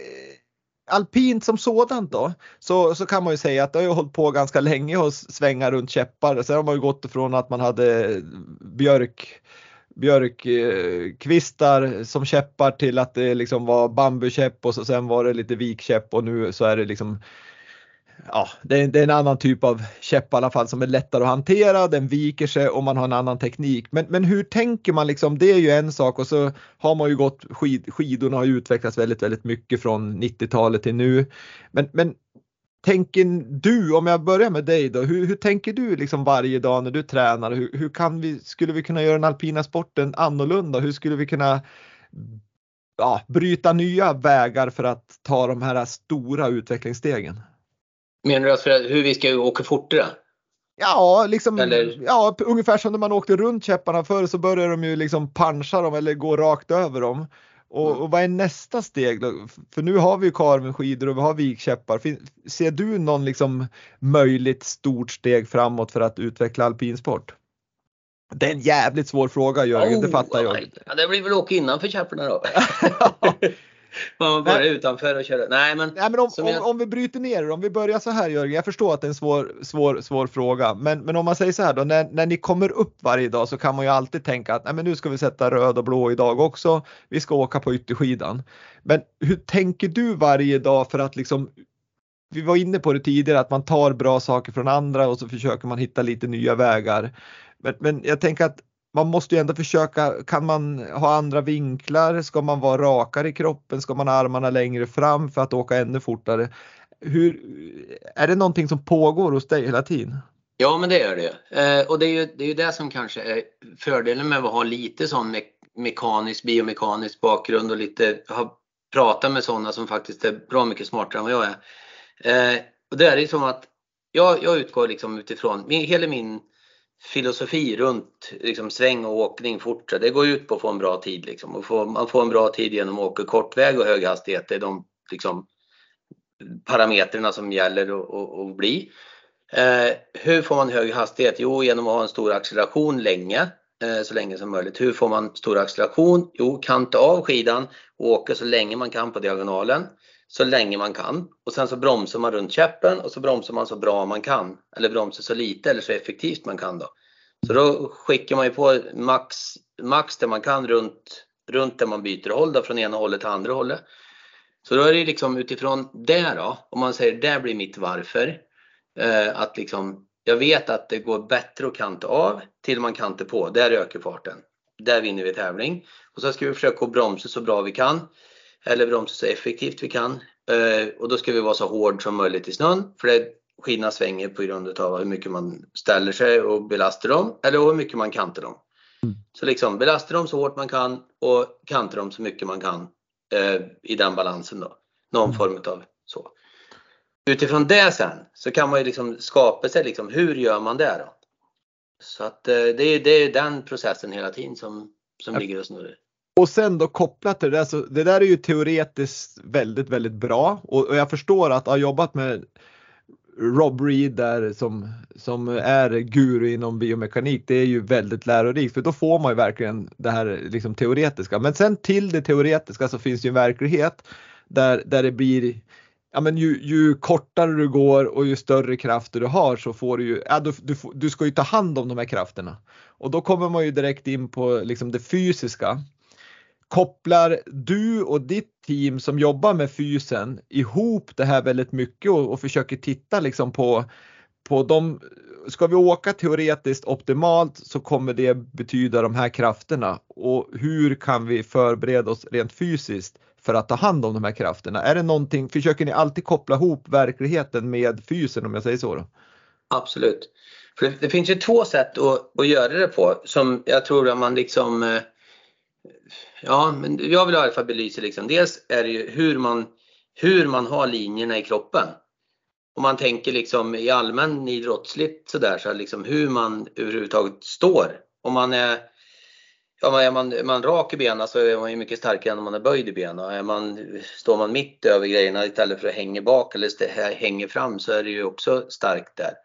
alpint som sådant då. Så, så kan man ju säga att det har ju hållit på ganska länge att svänga runt käppar. Sen har man ju gått ifrån att man hade björk, björkkvistar som käppar till att det liksom var bambukäpp och så sen var det lite vikkäpp och nu så är det liksom ja, det är, det är en annan typ av käpp i alla fall som är lättare att hantera, den viker sig och man har en annan teknik. Men, men hur tänker man liksom, det är ju en sak och så har man ju gått, skid, skidorna har utvecklats väldigt, väldigt mycket från nittiotalet till nu. Men, men tänker du, om jag börjar med dig då, hur, hur tänker du liksom varje dag när du tränar? Hur, hur kan vi, skulle vi kunna göra den alpina sporten annorlunda? Hur skulle vi kunna ja, bryta nya vägar för att ta de här stora utvecklingsstegen? Menar du alltså hur vi ska åka fortare? Ja, liksom, eller? Ja, ungefär som när man åkte runt käpparna förr så börjar de ju liksom puncha dem eller gå rakt över dem. Och, mm. och vad är nästa steg då? För nu har vi ju karvenskidor och vi har vikkäppar. Ser du någon liksom möjligt stort steg framåt för att utveckla alpinsport? Det är en jävligt svår fråga, Jörgen, oh, det fattar jag. Ja, det blir väl åka innanför käpparna då. Man börjar utanför och köra. Nej, men, Nej, men om, jag... om, om vi bryter ner om vi börjar så här, Jörgen, jag förstår att det är en svår, svår, svår fråga, men, men om man säger så här då, när, när ni kommer upp varje dag så kan man ju alltid tänka att nej, men nu ska vi sätta röd och blå idag också, vi ska åka på ytterskidan. Men hur tänker du varje dag för att liksom, vi var inne på det tidigare, att man tar bra saker från andra och så försöker man hitta lite nya vägar. Men, men jag tänker att man måste ju ändå försöka, kan man ha andra vinklar? Ska man vara rakare i kroppen? Ska man ha armarna längre fram för att åka ännu fortare? Hur, är det någonting som pågår hos dig hela tiden? Ja, men det gör det. Eh, och det är, ju, det är ju det som kanske är fördelen med att ha lite sån me- mekanisk, biomekanisk bakgrund och lite ha pratat med sådana som faktiskt är bra mycket smartare än vad jag är. Eh, och det är ju som att jag, jag utgår liksom utifrån min, hela min filosofi runt liksom sväng och åkning fortare. Det går ut på att få en bra tid liksom. Och få, man får en bra tid genom att åka kortväg och hög hastighet. Det är de liksom parametrarna som gäller att bli. Eh, hur får man hög hastighet? Jo, genom att ha en stor acceleration länge. Eh, så länge som möjligt. Hur får man stor acceleration? Jo, kanta av skidan och åka så länge man kan på diagonalen. Så länge man kan. Och sen så bromsar man runt käppen och så bromsar man så bra man kan. Eller bromsar så lite eller så effektivt man kan då. Så då skickar man ju på max, max där man kan runt, runt där man byter håll då, från ena hållet till andra hållet. Så då är det liksom utifrån det då. Om man säger det blir mitt varför. Eh, att liksom, jag vet att det går bättre att kanta av till man kantar på. Där ökar farten. Där vinner vi tävling. Och så ska vi försöka att bromsa så bra vi kan. Eller bromsa så effektivt vi kan. Eh, och då ska vi vara så hård som möjligt i snön. För det, skidorna svänger på grund av hur mycket man ställer sig och belastar dem. Eller hur mycket man kantar dem. Mm. Så liksom belasta dem så hårt man kan och kanta dem så mycket man kan eh, i den balansen då. Någon Mm. form av så. Utifrån det sen så kan man ju liksom skapa sig liksom, hur gör man det då? Så att eh, det är det är den processen hela tiden som, som Ja. ligger och snurrar. Och sen då kopplat till det där, så det där är ju teoretiskt väldigt, väldigt bra. Och, och jag förstår att jag har jobbat med Rob Reed där som, som är guru inom biomekanik. Det är ju väldigt lärorikt, för då får man ju verkligen det här liksom teoretiska. Men sen till det teoretiska så finns det ju en verklighet där, där det blir, ja men ju, ju kortare du går och ju större krafter du har så får du ju, ja du, du, du ska ju ta hand om de här krafterna. Och då kommer man ju direkt in på liksom det fysiska. Kopplar du och ditt team som jobbar med fysen ihop det här väldigt mycket och, och försöker titta liksom på, på de, ska vi åka teoretiskt optimalt så kommer det betyda de här krafterna, och hur kan vi förbereda oss rent fysiskt för att ta hand om de här krafterna? Är det någonting, försöker ni alltid koppla ihop verkligheten med fysen, om jag säger så då? Absolut. För det, det finns ju två sätt att, att göra det på som jag tror att man liksom ja, men jag vill i alla fall belysa liksom. Dels är det ju hur man, hur man har linjerna i kroppen. Om man tänker liksom i allmän idrottsligt sådär, så liksom hur man överhuvudtaget står. Om man är, ja, är man, är man rak i benen så är man ju mycket starkare än om man är böjd i benen. Är man, står man mitt över grejerna istället för att hänga bak eller hänga fram, så är det ju också starkt där.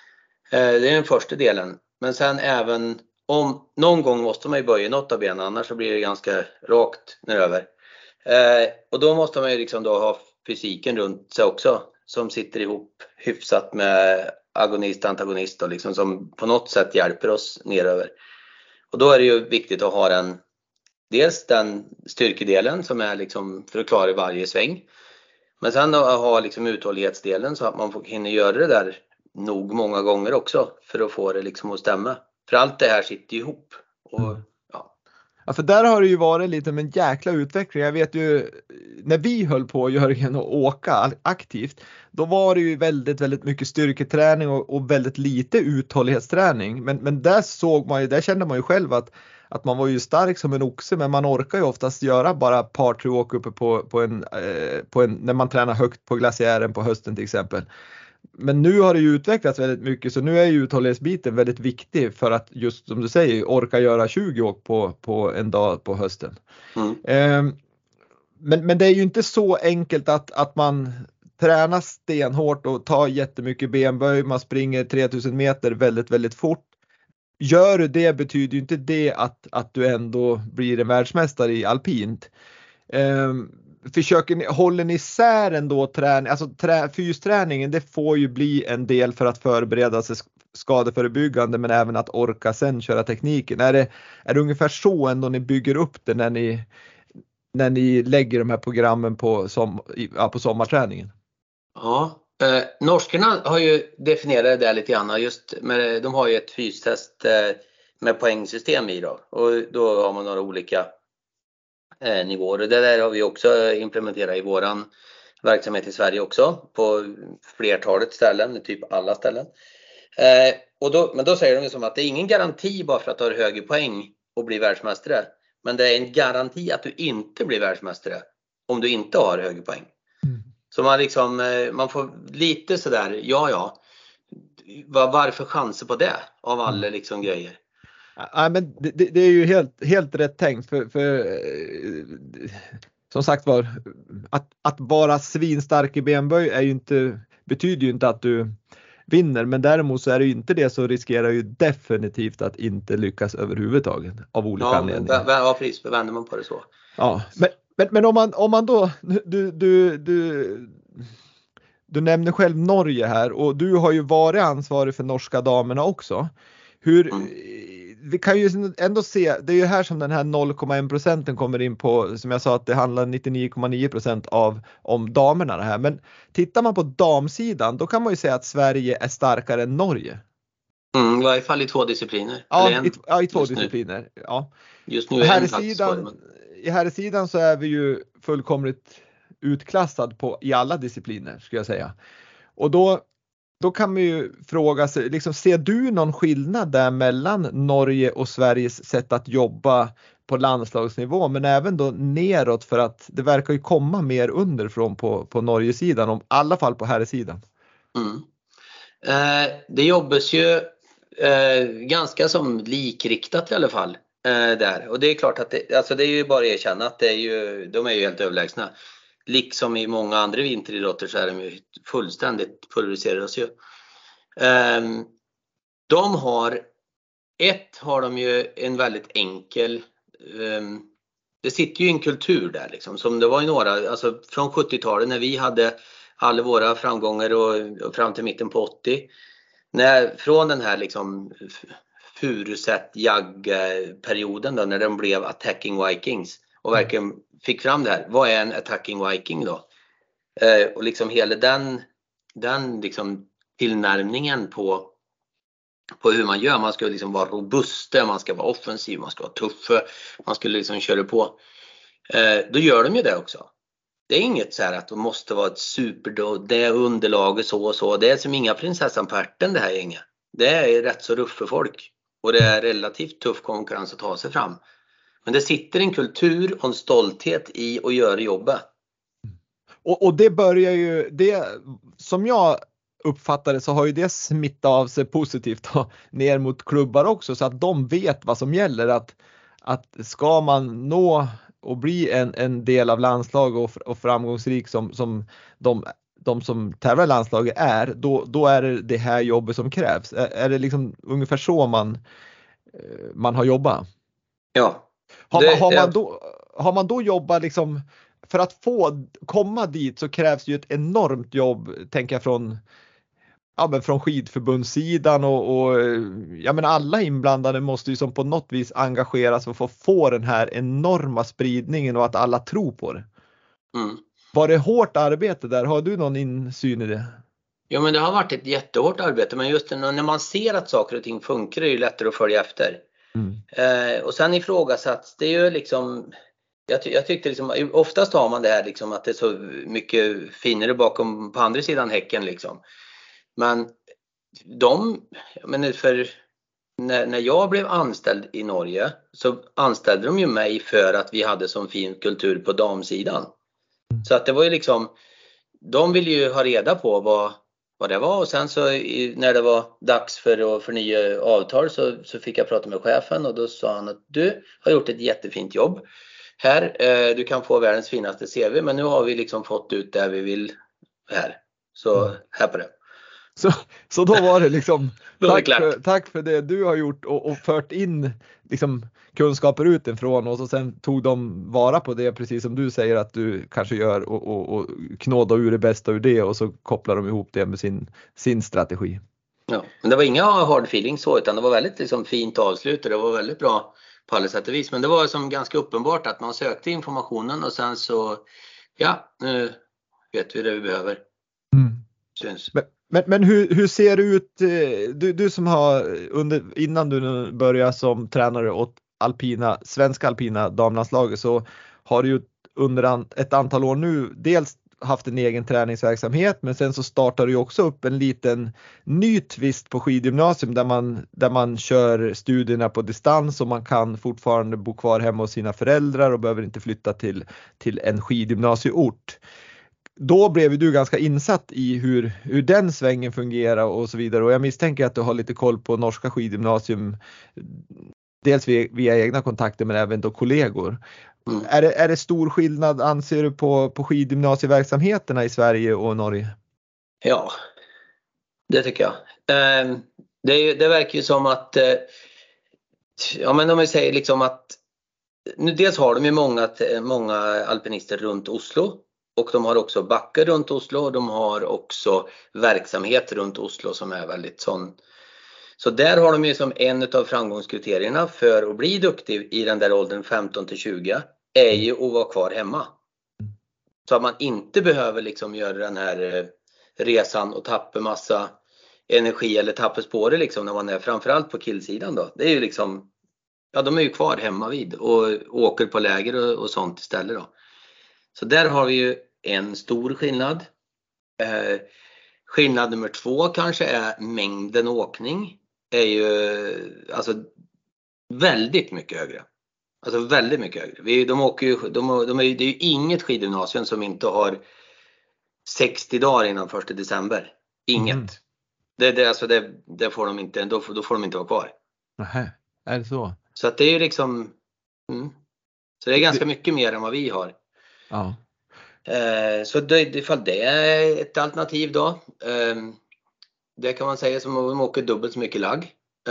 Det är den första delen. Men sen även om någon gång måste man ju böja något av benen, annars så blir det ganska rakt neröver. Eh, och då måste man ju liksom då ha fysiken runt sig också, som sitter ihop hyfsat med agonist och antagonist och liksom, som på något sätt hjälper oss neröver. Och då är det ju viktigt att ha den, dels den styrkedelen som är liksom för att klara varje sväng. Men sen att ha liksom uthållighetsdelen så att man får hinna göra det där nog många gånger också för att få det liksom att stämma. För allt det här sitter ihop. Och, ja. Ja, för där har det ju varit lite med en jäkla utveckling. Jag vet ju, när vi höll på, Jörgen, att åka aktivt, då var det ju väldigt, väldigt mycket styrketräning och, och väldigt lite uthållighetsträning. Men, men där såg man ju, där kände man ju själv att, att man var ju stark som en oxe, men man orkar ju oftast göra bara ett par, tre åk uppe på, på, en, eh, på en, när man tränar högt på glaciären på hösten till exempel. Men nu har det ju utvecklats väldigt mycket, så nu är ju uthållighetsbiten väldigt viktig för att just som du säger orka göra tjugo åk på, på en dag på hösten. Mm. Eh, men, men det är ju inte så enkelt att, att man tränar stenhårt och tar jättemycket benböj, man springer tre tusen meter väldigt, väldigt fort. Gör du det betyder ju inte det att, att du ändå blir en världsmästare i alpint. Eh, Försöker ni, håller ni isär ändå träning, alltså trä, fysträningen, det får ju bli en del för att förbereda sig skadeförebyggande, men även att orka sen köra tekniken. Är det, är det ungefär så ändå ni bygger upp det när ni, när ni lägger de här programmen på, som, ja, på sommarträningen? Ja, eh, norskarna har ju definierat det där lite grann. Just med, de har ju ett fystest eh, med poängsystem i då, och då har man några olika nivåer. Det där har vi också implementerat i våran verksamhet i Sverige också på flertalet ställen, typ alla ställen. Eh, och då, men då säger de som att det är ingen garanti bara för att du har högre poäng och blir världsmästare. Men det är en garanti att du inte blir världsmästare om du inte har högre poäng. Mm. Så man liksom, man får lite sådär, ja ja, var, varför chanser på det av alla liksom grejer? Ja, men det, det är ju helt, helt rätt tänkt, för, för som sagt var, att, att vara svinstark i benböj är ju inte, betyder ju inte att du vinner, men däremot så är det ju inte det, så riskerar ju definitivt att inte lyckas överhuvudtaget av olika ja, anledningar. Ja, precis, vänder man på det så. Ja, men, men, men om, man, om man då, du, du, du, du nämner själv Norge här, och du har ju varit ansvarig för norska damerna också. Hur, mm. Vi kan ju ändå se, det är ju här som den här noll komma en procenten kommer in på, som jag sa att det handlar nittionio komma nio procent av om damerna det här. Men tittar man på damsidan, då kan man ju säga att Sverige är starkare än Norge. Mm, i varje fall i två discipliner. Ja, en, i, ja, i två discipliner. Ja. Just nu är här en i sidan, i här i sidan så är vi ju fullkomligt utklassad på, i alla discipliner skulle jag säga. Och då, då kan man ju fråga sig, liksom, ser du någon skillnad där mellan Norge och Sveriges sätt att jobba på landslagsnivå, men även då neråt, för att det verkar ju komma mer underifrån på, på Norge-sidan, om, i alla fall på herrsidan. Mm. Eh, det jobbas ju eh, ganska som likriktat i alla fall eh, där. Och det är klart att det, alltså det är ju bara att erkänna att det är ju, de är ju helt överlägsna. Liksom i många andra vinteridrotter så är de ju fullständigt pulveriseras ju. Eh, de har, ett har de ju en väldigt enkel, eh, det sitter ju en kultur där liksom, som det var i några, alltså från sjuttiotalet när vi hade alla våra framgångar och, och fram till mitten på åttio. När, från den här liksom Furuset-jag-perioden då, när de blev Attacking Vikings och verkligen fick fram det här. Vad är en Attacking Viking då? Eh, och liksom hela den, den liksom tillnärmningen på, på hur man gör. Man ska liksom vara robust, man ska vara offensiv, man ska vara tuff, man skulle liksom köra på. Eh, då gör de ju det också. Det är inget så här att de måste vara ett super, det är underlaget så och så. Det är som inga prinsessan på ärten det här gänget. Det är rätt så ruff för folk. Och det är relativt tuff konkurrens att ta sig fram. Men det sitter en kultur och en stolthet i att göra jobbet. Och, och det börjar ju, det som jag uppfattar det, så har ju det smittat av sig positivt då, ner mot klubbar också, så att de vet vad som gäller. Att, att ska man nå och bli en, en del av landslag och, och framgångsrik som, som de, de som tävlar i landslaget är, då, då är det det här jobbet som krävs. Är, är det liksom ungefär så man, man har jobbat? Ja. Har, det, man, har, det... man då, har man då jobbat liksom, för att få komma dit så krävs ju ett enormt jobb, tänker jag, från, ja, men från skidförbundssidan och, och ja, men alla inblandade måste ju som på något vis engageras och få få den här enorma spridningen och att alla tror på det. Mm. Var det hårt arbete där? Har du någon insyn i det? Ja, men det har varit ett jättehårt arbete, men just när man ser att saker och ting funkar är det ju lättare att följa efter. Mm. Eh, och sen ifrågasätts det är ju liksom, jag, ty- jag tyckte liksom, oftast har man det här liksom att det är så mycket finare bakom på andra sidan häcken liksom. Men de, jag menar för när, när jag blev anställd i Norge så anställde de ju mig för att vi hade sån fin kultur på damsidan. Mm. Så att det var ju liksom, de ville ju ha reda på vad, vad det var, och sen så i, när det var dags för att förnya avtal så, så fick jag prata med chefen och då sa han att du har gjort ett jättefint jobb. Här, eh, du kan få världens finaste C V, men nu har vi liksom fått ut det vi vill här. Så mm. här på det. Så, så då var det liksom tack, för, tack för det du har gjort och, och fört in liksom kunskaper utifrån, och så sen tog de vara på det, precis som du säger att du kanske gör, och, och, och knåda ur det bästa ur det, och så kopplar de ihop det med sin, sin strategi. Ja, men det var inga hard feelings så, utan det var väldigt liksom fint avslut och det var väldigt bra på alla sätt och vis. Men det var som ganska uppenbart att man sökte informationen och sen så, ja, nu vet vi det vi behöver. Mm. Syns. Men, men, men hur, hur ser det ut, du, du som har under, innan du började som tränare åt alpina, svenska alpina damlandslaget, så har du ju under ett antal år nu dels haft en egen träningsverksamhet, men sen så startar du ju också upp en liten ny twist på skidgymnasium där man, där man kör studierna på distans och man kan fortfarande bo kvar hemma hos sina föräldrar och behöver inte flytta till, till en skidgymnasieort. Då blev du ganska insatt i hur, hur den svängen fungerar och så vidare, och jag misstänker att du har lite koll på norska skidgymnasium, dels via, via egna kontakter men även då kollegor. Mm. Är, det, är det stor skillnad, anser du, på, på skidgymnasieverksamheterna i Sverige och Norge? Ja, det tycker jag. Eh, det, det verkar ju som att, eh, ja men om vi säger liksom att, nu dels har de ju många, många alpinister runt Oslo. Och de har också backar runt Oslo och de har också verksamhet runt Oslo som är väldigt sån. Så där har de ju som en av framgångskriterierna för att bli duktig i den där åldern femton till tjugo är ju att vara kvar hemma. Så att man inte behöver liksom göra den här resan och tappa massa energi eller tappa spåret liksom när man är framförallt på killsidan då. Det är ju liksom, ja de är ju kvar hemma vid och åker på läger och, och sånt istället då. Så där har vi ju en stor skillnad. Eh, skillnad nummer två kanske är mängden åkning. Är ju alltså väldigt mycket högre. Alltså väldigt mycket högre. Vi, de åker ju, de, de är, det är ju inget skidgymnasium som inte har sextio dagar innan första december. Inget. Mm. Det, det, alltså det, det får de inte, då, då får de inte vara kvar. Nähä, är det så? Så att det är ju liksom, mm. Så det är ganska det... mycket mer än vad vi har. Ja. Eh, så det, ifall det är ett alternativ då. Eh, det kan man säga som om de åker dubbelt så mycket lag.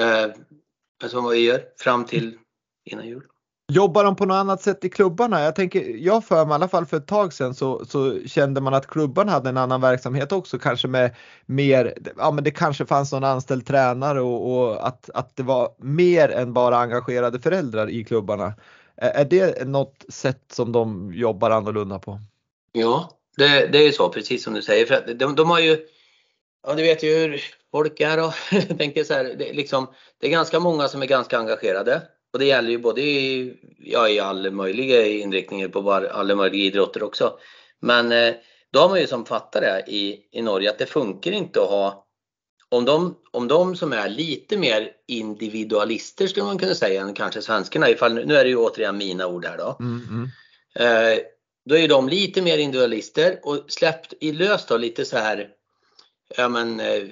Eh, som vad vi gör fram till innan jul. Jobbar de på något annat sätt i klubbarna? Jag tänker, jag för mig i alla fall för ett tag sedan så, så kände man att klubbarna hade en annan verksamhet också. Kanske med mer, ja men det kanske fanns någon anställd tränare och, och att, att det var mer än bara engagerade föräldrar i klubbarna. Är, är det något sätt som de jobbar annorlunda på? Ja, det, det är ju så precis som du säger. För att de, de har ju, ja du vet ju hur folk är då. Jag tänker så här, det, liksom, det är ganska många som är ganska engagerade. Och det gäller ju både i, ja, i alla möjliga inriktningar på var, alla möjliga idrotter också. Men eh, då har man ju som fattar det i, i Norge att det funkar inte att ha, om de, om de som är lite mer individualister skulle man kunna säga än kanske svenskarna, ifall, nu är det ju återigen mina ord här då. Mm, mm. Eh, då är de lite mer individualister och släppt i löst då lite så här, ja men eh,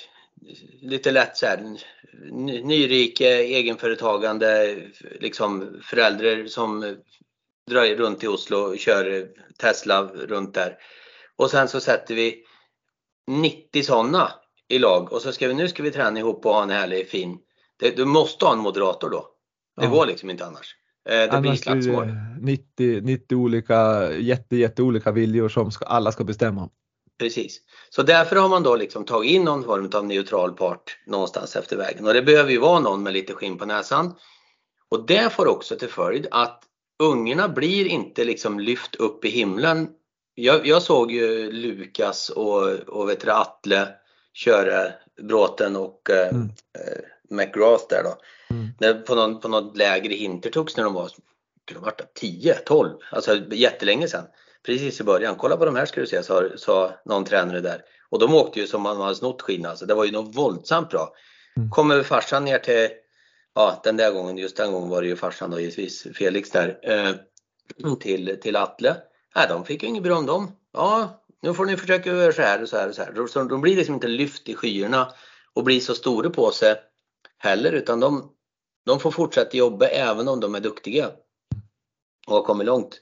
lite lätt så här nyrike, egenföretagande, liksom föräldrar som drar runt i Oslo och kör Tesla runt där. Och sen så sätter vi nittio sådana i lag och så ska vi, nu ska vi träna ihop och ha en härlig fin. Det, du måste ha en moderator då. Det ja. Går liksom inte annars. Det annars blir slagsmål. nittio, nittio olika, jätte, jätte olika viljor som ska, alla ska bestämma. Precis. Så därför har man då liksom tagit in någon form av neutral part någonstans efter vägen. Och det behöver ju vara någon med lite skinn på näsan. Och det får också till följd att ungarna blir inte liksom lyft upp i himlen. Jag, jag såg ju Lukas och, och vet du, Atle köra Bråten och mm. eh, McGrath där då. Mm. När, på, någon, på något läger i Hintertux när de var, de var tio, tolv, alltså jättelänge sedan. Precis i början, kolla på de här ska du se, sa, sa någon tränare där. Och de åkte ju som man hade snott skinn, alltså det var ju något våldsamt bra. Mm. Kommer farsan ner till, ja den där gången, just den gången var det ju farsan då givetvis, Felix där, eh, till, till Atle. Nej, de fick ju inget bra om dem. Ja, nu får ni försöka göra så här och så här och så här. Så de blir liksom inte lyft i skyarna och blir så stora på sig heller, utan de, de får fortsätta jobba även om de är duktiga och har kommit långt.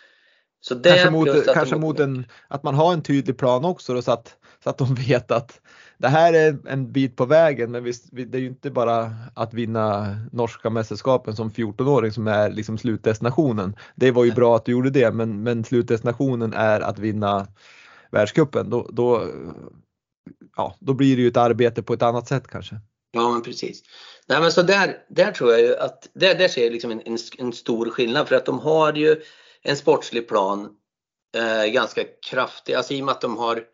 Så det kanske mot, kanske de... mot en, att man har en tydlig plan också då, så, att, så att de vet att det här är en bit på vägen, men visst, det är ju inte bara att vinna norska mästerskapen som fjorton-åring som är liksom slutdestinationen. Det var ju bra att du gjorde det, men, men slutdestinationen är att vinna världscupen. Då, då, ja, då blir det ju ett arbete på ett annat sätt kanske. Ja, men precis. Nej, men så där, där tror jag ju att där, där ser liksom en, en, en stor skillnad, för att de har ju en sportslig plan eh, ganska kraftig, alltså i och med att de har,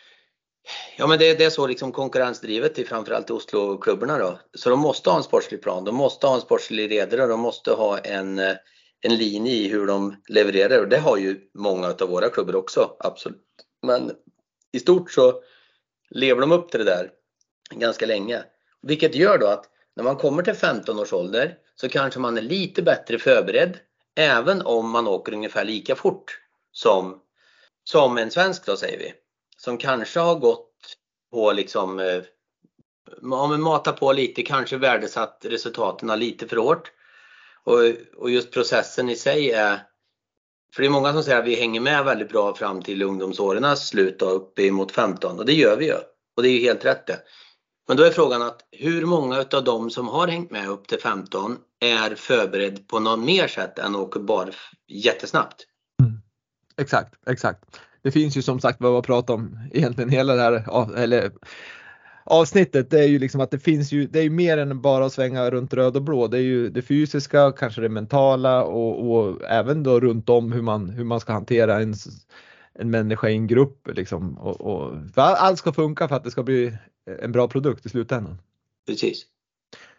ja men det, det är så liksom konkurrensdrivet i framförallt Oslo-klubbarna då. Så de måste ha en sportslig plan, de måste ha en sportslig ledare, de måste ha en, en linje i hur de levererar, och det har ju många av våra klubbar också, absolut. Men i stort så lever de upp till det där ganska länge. Vilket gör då att när man kommer till femton års ålder så kanske man är lite bättre förberedd, även om man åker ungefär lika fort som, som en svensk då, säger vi. Som kanske har gått på liksom, eh, om man matar på lite, kanske värdesatt resultaten lite för hårt. Och, och just processen i sig är, för det är många som säger att vi hänger med väldigt bra fram till ungdomsårens slut och upp emot femton. Och det gör vi ju. Och det är ju helt rätt det. Men då är frågan att hur många av dem som har hängt med upp till femton är förberedd på något mer sätt än att åka bara jättesnabbt. Mm. Exakt, exakt. Det finns ju som sagt vad vi pratar om egentligen hela det här eller, avsnittet. Det är ju liksom att det finns ju, det är ju mer än bara att svänga runt röd och blå. Det är ju det fysiska, kanske det mentala och, och även då runt om hur man, hur man ska hantera en, en människa i en grupp liksom. Och, och för allt ska funka för att det ska bli en bra produkt i slutändan. Precis.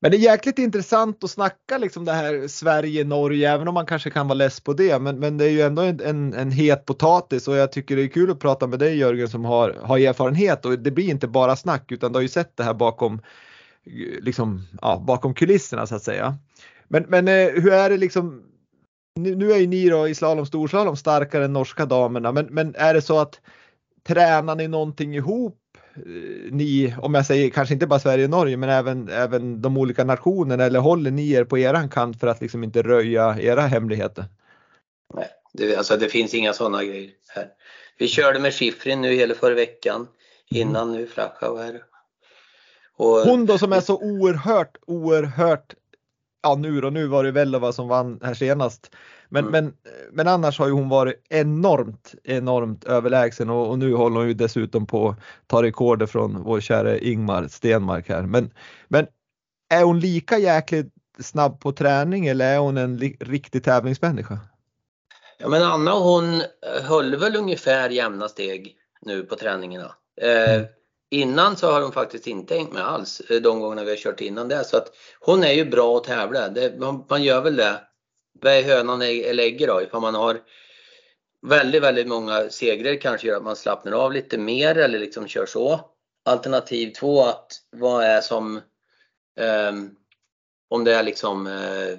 Men det är jäkligt intressant att snacka liksom det här Sverige-Norge, även om man kanske kan vara less på det. Men, men det är ju ändå en, en, en het potatis, och jag tycker det är kul att prata med dig, Jörgen, som har, har erfarenhet. Och det blir inte bara snack, utan du har ju sett det här bakom, liksom, ja, bakom kulisserna så att säga. Men, men hur är det liksom, nu, nu är ju ni då i slalom, storslalom starkare än norska damerna. Men, men är det så att tränar ni någonting ihop? Ni, om jag säger kanske inte bara Sverige och Norge, men även, även de olika nationerna, eller håller ni er på eran kant för att liksom inte röja era hemligheter? Nej, det, alltså det finns inga sådana grejer här. Vi körde med Schifrin nu hela förra veckan, innan nu Flachau här. Och hon då som är så oerhört, oerhört, ja nu då, nu var det Vellova som vann här senast. Men, mm. men, men annars har ju hon varit enormt, enormt överlägsen, och, och nu håller hon ju dessutom på att ta rekorder från vår kära Ingmar Stenmark här. Men, men är hon lika jäkligt snabb på träning, eller är hon en li- riktig tävlingsmänniska? Ja, men Anna, hon höll väl ungefär jämna steg nu på träningarna. Eh, mm. Innan så har hon faktiskt inte hängt med alls de gångerna vi har kört innan det. Så att hon är ju bra att tävla. Det, man, man gör väl det. Vad är hönan lägger då? Ifall man har väldigt, väldigt många segrar kanske gör att man slappnar av lite mer eller liksom kör så. Alternativ två, att vad är som eh, om det är liksom eh,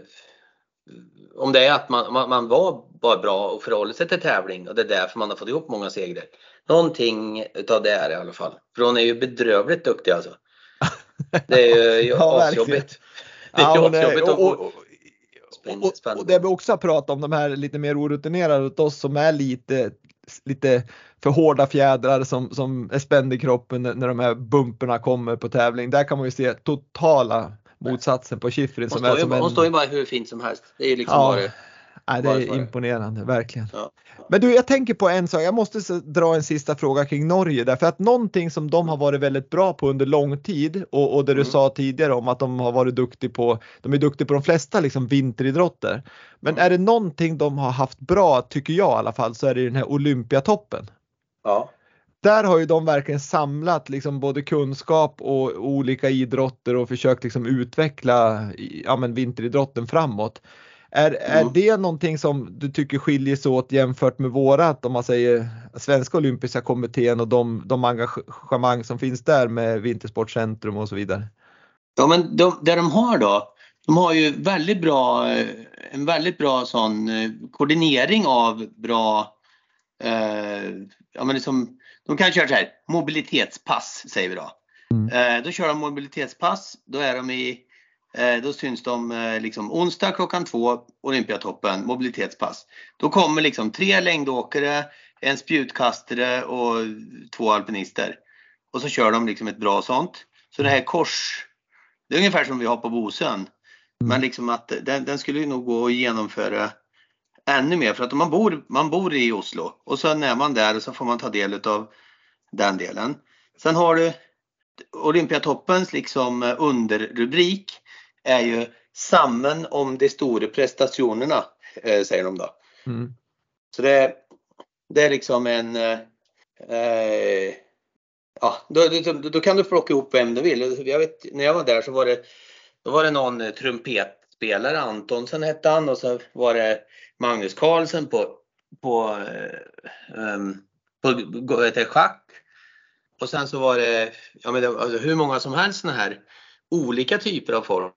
om det är att man, man, man var bara bra och förhåller sig till tävling, och det är därför man har fått ihop många segrar. Någonting utav det är i alla fall. För hon är ju bedrövligt duktig alltså. Det är ju ja, asjobbigt. Det är ju ja, asjobbigt att få... Och, och, och det vi också har pratat om, de här lite mer orutinerade åt oss som är lite, lite för hårda fjädrar som, som är spänd i kroppen när de här bumperna kommer på tävling. Där kan man ju se totala motsatsen på Schifrin. Hon, som är ju, som en... hon står ju bara hur fint som helst. Det är ju liksom ja. bara... Nej, det är imponerande, verkligen. Ja. Men du, jag tänker på en sak. Jag måste dra en sista fråga kring Norge. Därför att någonting som de har varit väldigt bra på under lång tid, och, och det du mm. sa tidigare om att de har varit duktiga på, de är duktiga på de flesta liksom vinteridrotter. Men mm. är det någonting de har haft bra, tycker jag i alla fall, så är det den här Olympiatoppen. Ja. Där har ju de verkligen samlat liksom både kunskap och olika idrotter och försökt liksom utveckla ja, men vinteridrotten framåt. Är, är mm. det någonting som du tycker skiljer sig åt jämfört med vårat, om man säger Svenska Olympiska kommittén och de, de engagemang som finns där med Vintersportcentrum och så vidare? Ja, men de, det de har då, de har ju väldigt bra, en väldigt bra sån koordinering av bra, eh, ja men liksom, de kan köra så här, mobilitetspass säger vi då. Mm. Eh, då kör de mobilitetspass, då är de i Då syns de liksom onsdag klockan två, Olympiatoppen, mobilitetspass. Då kommer liksom tre längdåkare, en spjutkastare och två alpinister. Och så kör de liksom ett bra sånt. Så det här kors, det är ungefär som vi har på Bosön. Mm. Men liksom att den, den skulle ju nog gå att genomföra ännu mer. För att man bor, man bor i Oslo. Och så är man där och så får man ta del av den delen. Sen har du Olympiatoppens liksom underrubrik är ju samman om de stora prestationerna, eh, säger de då. Mm. Så det, det är liksom en eh, ja, då, då, då kan du plocka ihop vem du vill. Jag vet, när jag var där så var det då var det någon trumpetspelare, Antonsen hette han, och så var det Magnus Carlsen på på um, på ett schack. Och sen så var det ja men det, alltså, hur många som helst såna här olika typer av form.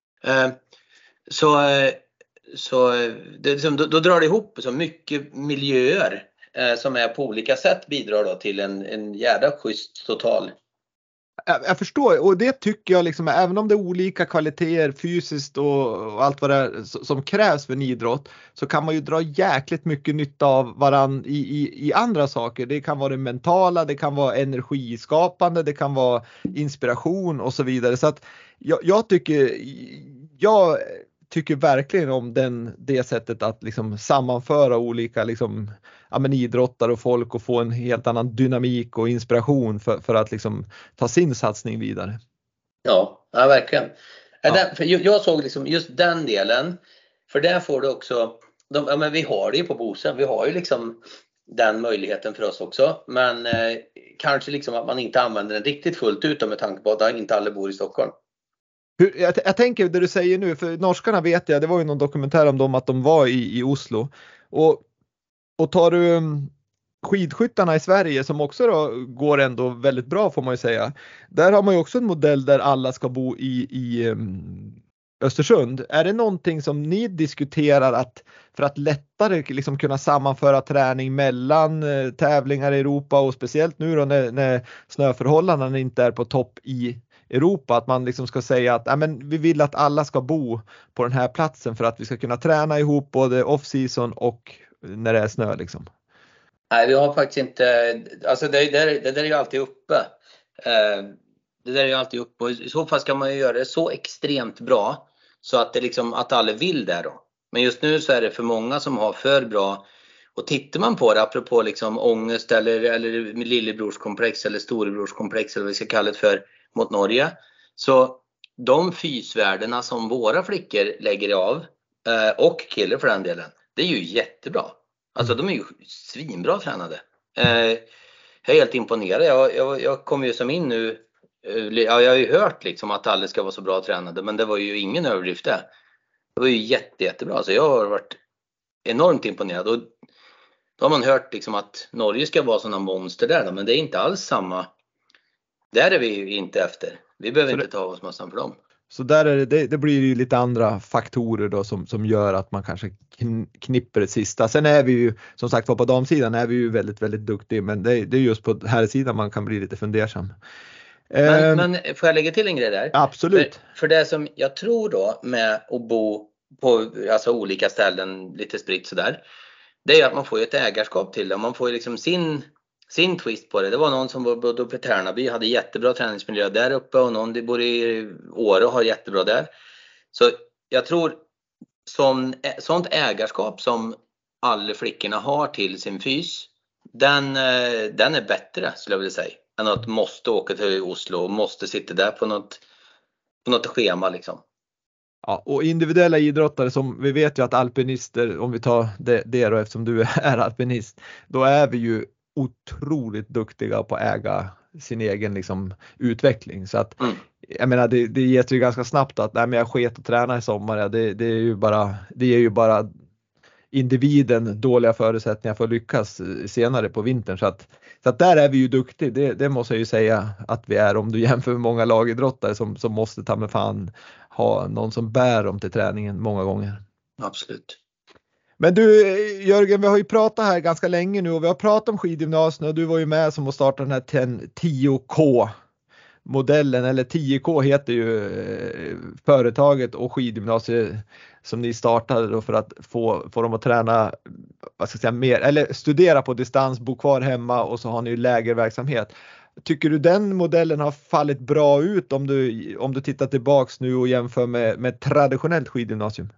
Så, så det, liksom, då, då drar det ihop så mycket miljöer eh, som är på olika sätt bidrar då till en, en jävla schysst total. Jag, jag förstår, och det tycker jag liksom, även om det är olika kvaliteter fysiskt och, och allt vad det är som krävs för en idrott, så kan man ju dra jäkligt mycket nytta av varann i, i, i andra saker. Det kan vara det mentala, det kan vara energiskapande, det kan vara inspiration och så vidare. Så att jag, jag tycker jag tycker verkligen om den, det sättet att liksom sammanföra olika liksom, ja, men idrottare och folk och få en helt annan dynamik och inspiration för, för att liksom ta sin satsning vidare. Ja, ja verkligen. Ja. Den, för jag såg liksom just den delen, för där får du också, de, ja, men vi har det ju på Bosön, vi har ju liksom den möjligheten för oss också, men eh, kanske liksom att man inte använder den riktigt fullt ut med tanke på att inte alla bor i Stockholm. Hur, jag, jag tänker det du säger nu, för norskarna vet jag, det var ju någon dokumentär om dem att de var i, i Oslo. Och, och tar du um, skidskyttarna i Sverige som också då går ändå väldigt bra får man ju säga. Där har man ju också en modell där alla ska bo i, i um, Östersund. Är det någonting som ni diskuterar att för att lättare liksom kunna sammanföra träning mellan uh, tävlingar i Europa och speciellt nu då när, när snöförhållandena inte är på topp i Europa, att man liksom ska säga att ja, men vi vill att alla ska bo på den här platsen för att vi ska kunna träna ihop både off-season och när det är snö liksom? Nej, vi har faktiskt inte, alltså det, det, det där är ju alltid uppe. Eh, det där är ju alltid uppe och i så fall ska man ju göra det så extremt bra så att det liksom, att alla vill det då. Men just nu så är det för många som har för bra, och tittar man på det apropå liksom ångest eller, eller lillebrorskomplex eller storebrorskomplex eller vad vi ska kalla det för mot Norge, så de fysvärdena som våra flickor lägger av eh, och killar för den delen, det är ju jättebra. Alltså de är ju svinbra tränade. Eh, jag är helt imponerad. Jag, jag, jag kom ju som in nu, eh, ja, jag har ju hört liksom att alla ska vara så bra tränade, men det var ju ingen överdrift det. Det var ju jätte, jättebra. Så jag har varit enormt imponerad. Och då har man hört liksom att Norge ska vara sådana monster där då, men det är inte alls samma. Där är vi ju inte efter. Vi behöver det, inte ta oss massan för dem. Så där är det, det, det blir ju lite andra faktorer då som, som gör att man kanske knipper det sista. Sen är vi ju, som sagt var på damsidan är vi ju väldigt, väldigt duktiga. Men det, det är just på här sidan man kan bli lite fundersam. Men, eh, men får jag lägga till en grej där? Absolut. För, för det som jag tror då med att bo på alltså olika ställen lite spritt sådär, det är att man får ju ett ägarskap till det. Man får ju liksom sin... sin twist på det. Det var någon som bodde uppe i Tärnaby, hade jättebra träningsmiljö där uppe, och någon som bor i Åre och har jättebra där. Så jag tror som sånt ägarskap som alla flickorna har till sin fys, den, den är bättre skulle jag vilja säga, än att måste åka till Oslo och måste sitta där på något, på något schema liksom. Ja, och individuella idrottare som vi vet ju att alpinister, om vi tar det, det då eftersom du är alpinist, då är vi ju otroligt duktiga på att äga sin egen liksom, utveckling. Så att mm. jag menar det, det ger ju ganska snabbt att nej, men jag sket och träna i sommar. Ja, det, det är ju bara det är ju bara individen dåliga förutsättningar för att lyckas senare på vintern. Så att, så att där är vi ju duktiga. Det, det måste jag ju säga att vi är, om du jämför med många lagidrottare som, som måste ta med fan ha någon som bär dem till träningen många gånger. Absolut. Men du Jörgen, vi har ju pratat här ganska länge nu och vi har pratat om skidgymnasien och du var ju med som att starta den här tio K modellen, eller tio K heter ju företaget och skidgymnasiet som ni startade då för att få, få dem att träna, vad ska jag säga, mer, eller studera på distans, bo kvar hemma, och så har ni ju lägerverksamhet. Tycker du den modellen har fallit bra ut om du, om du tittar tillbaks nu och jämför med, med traditionellt skidgymnasium?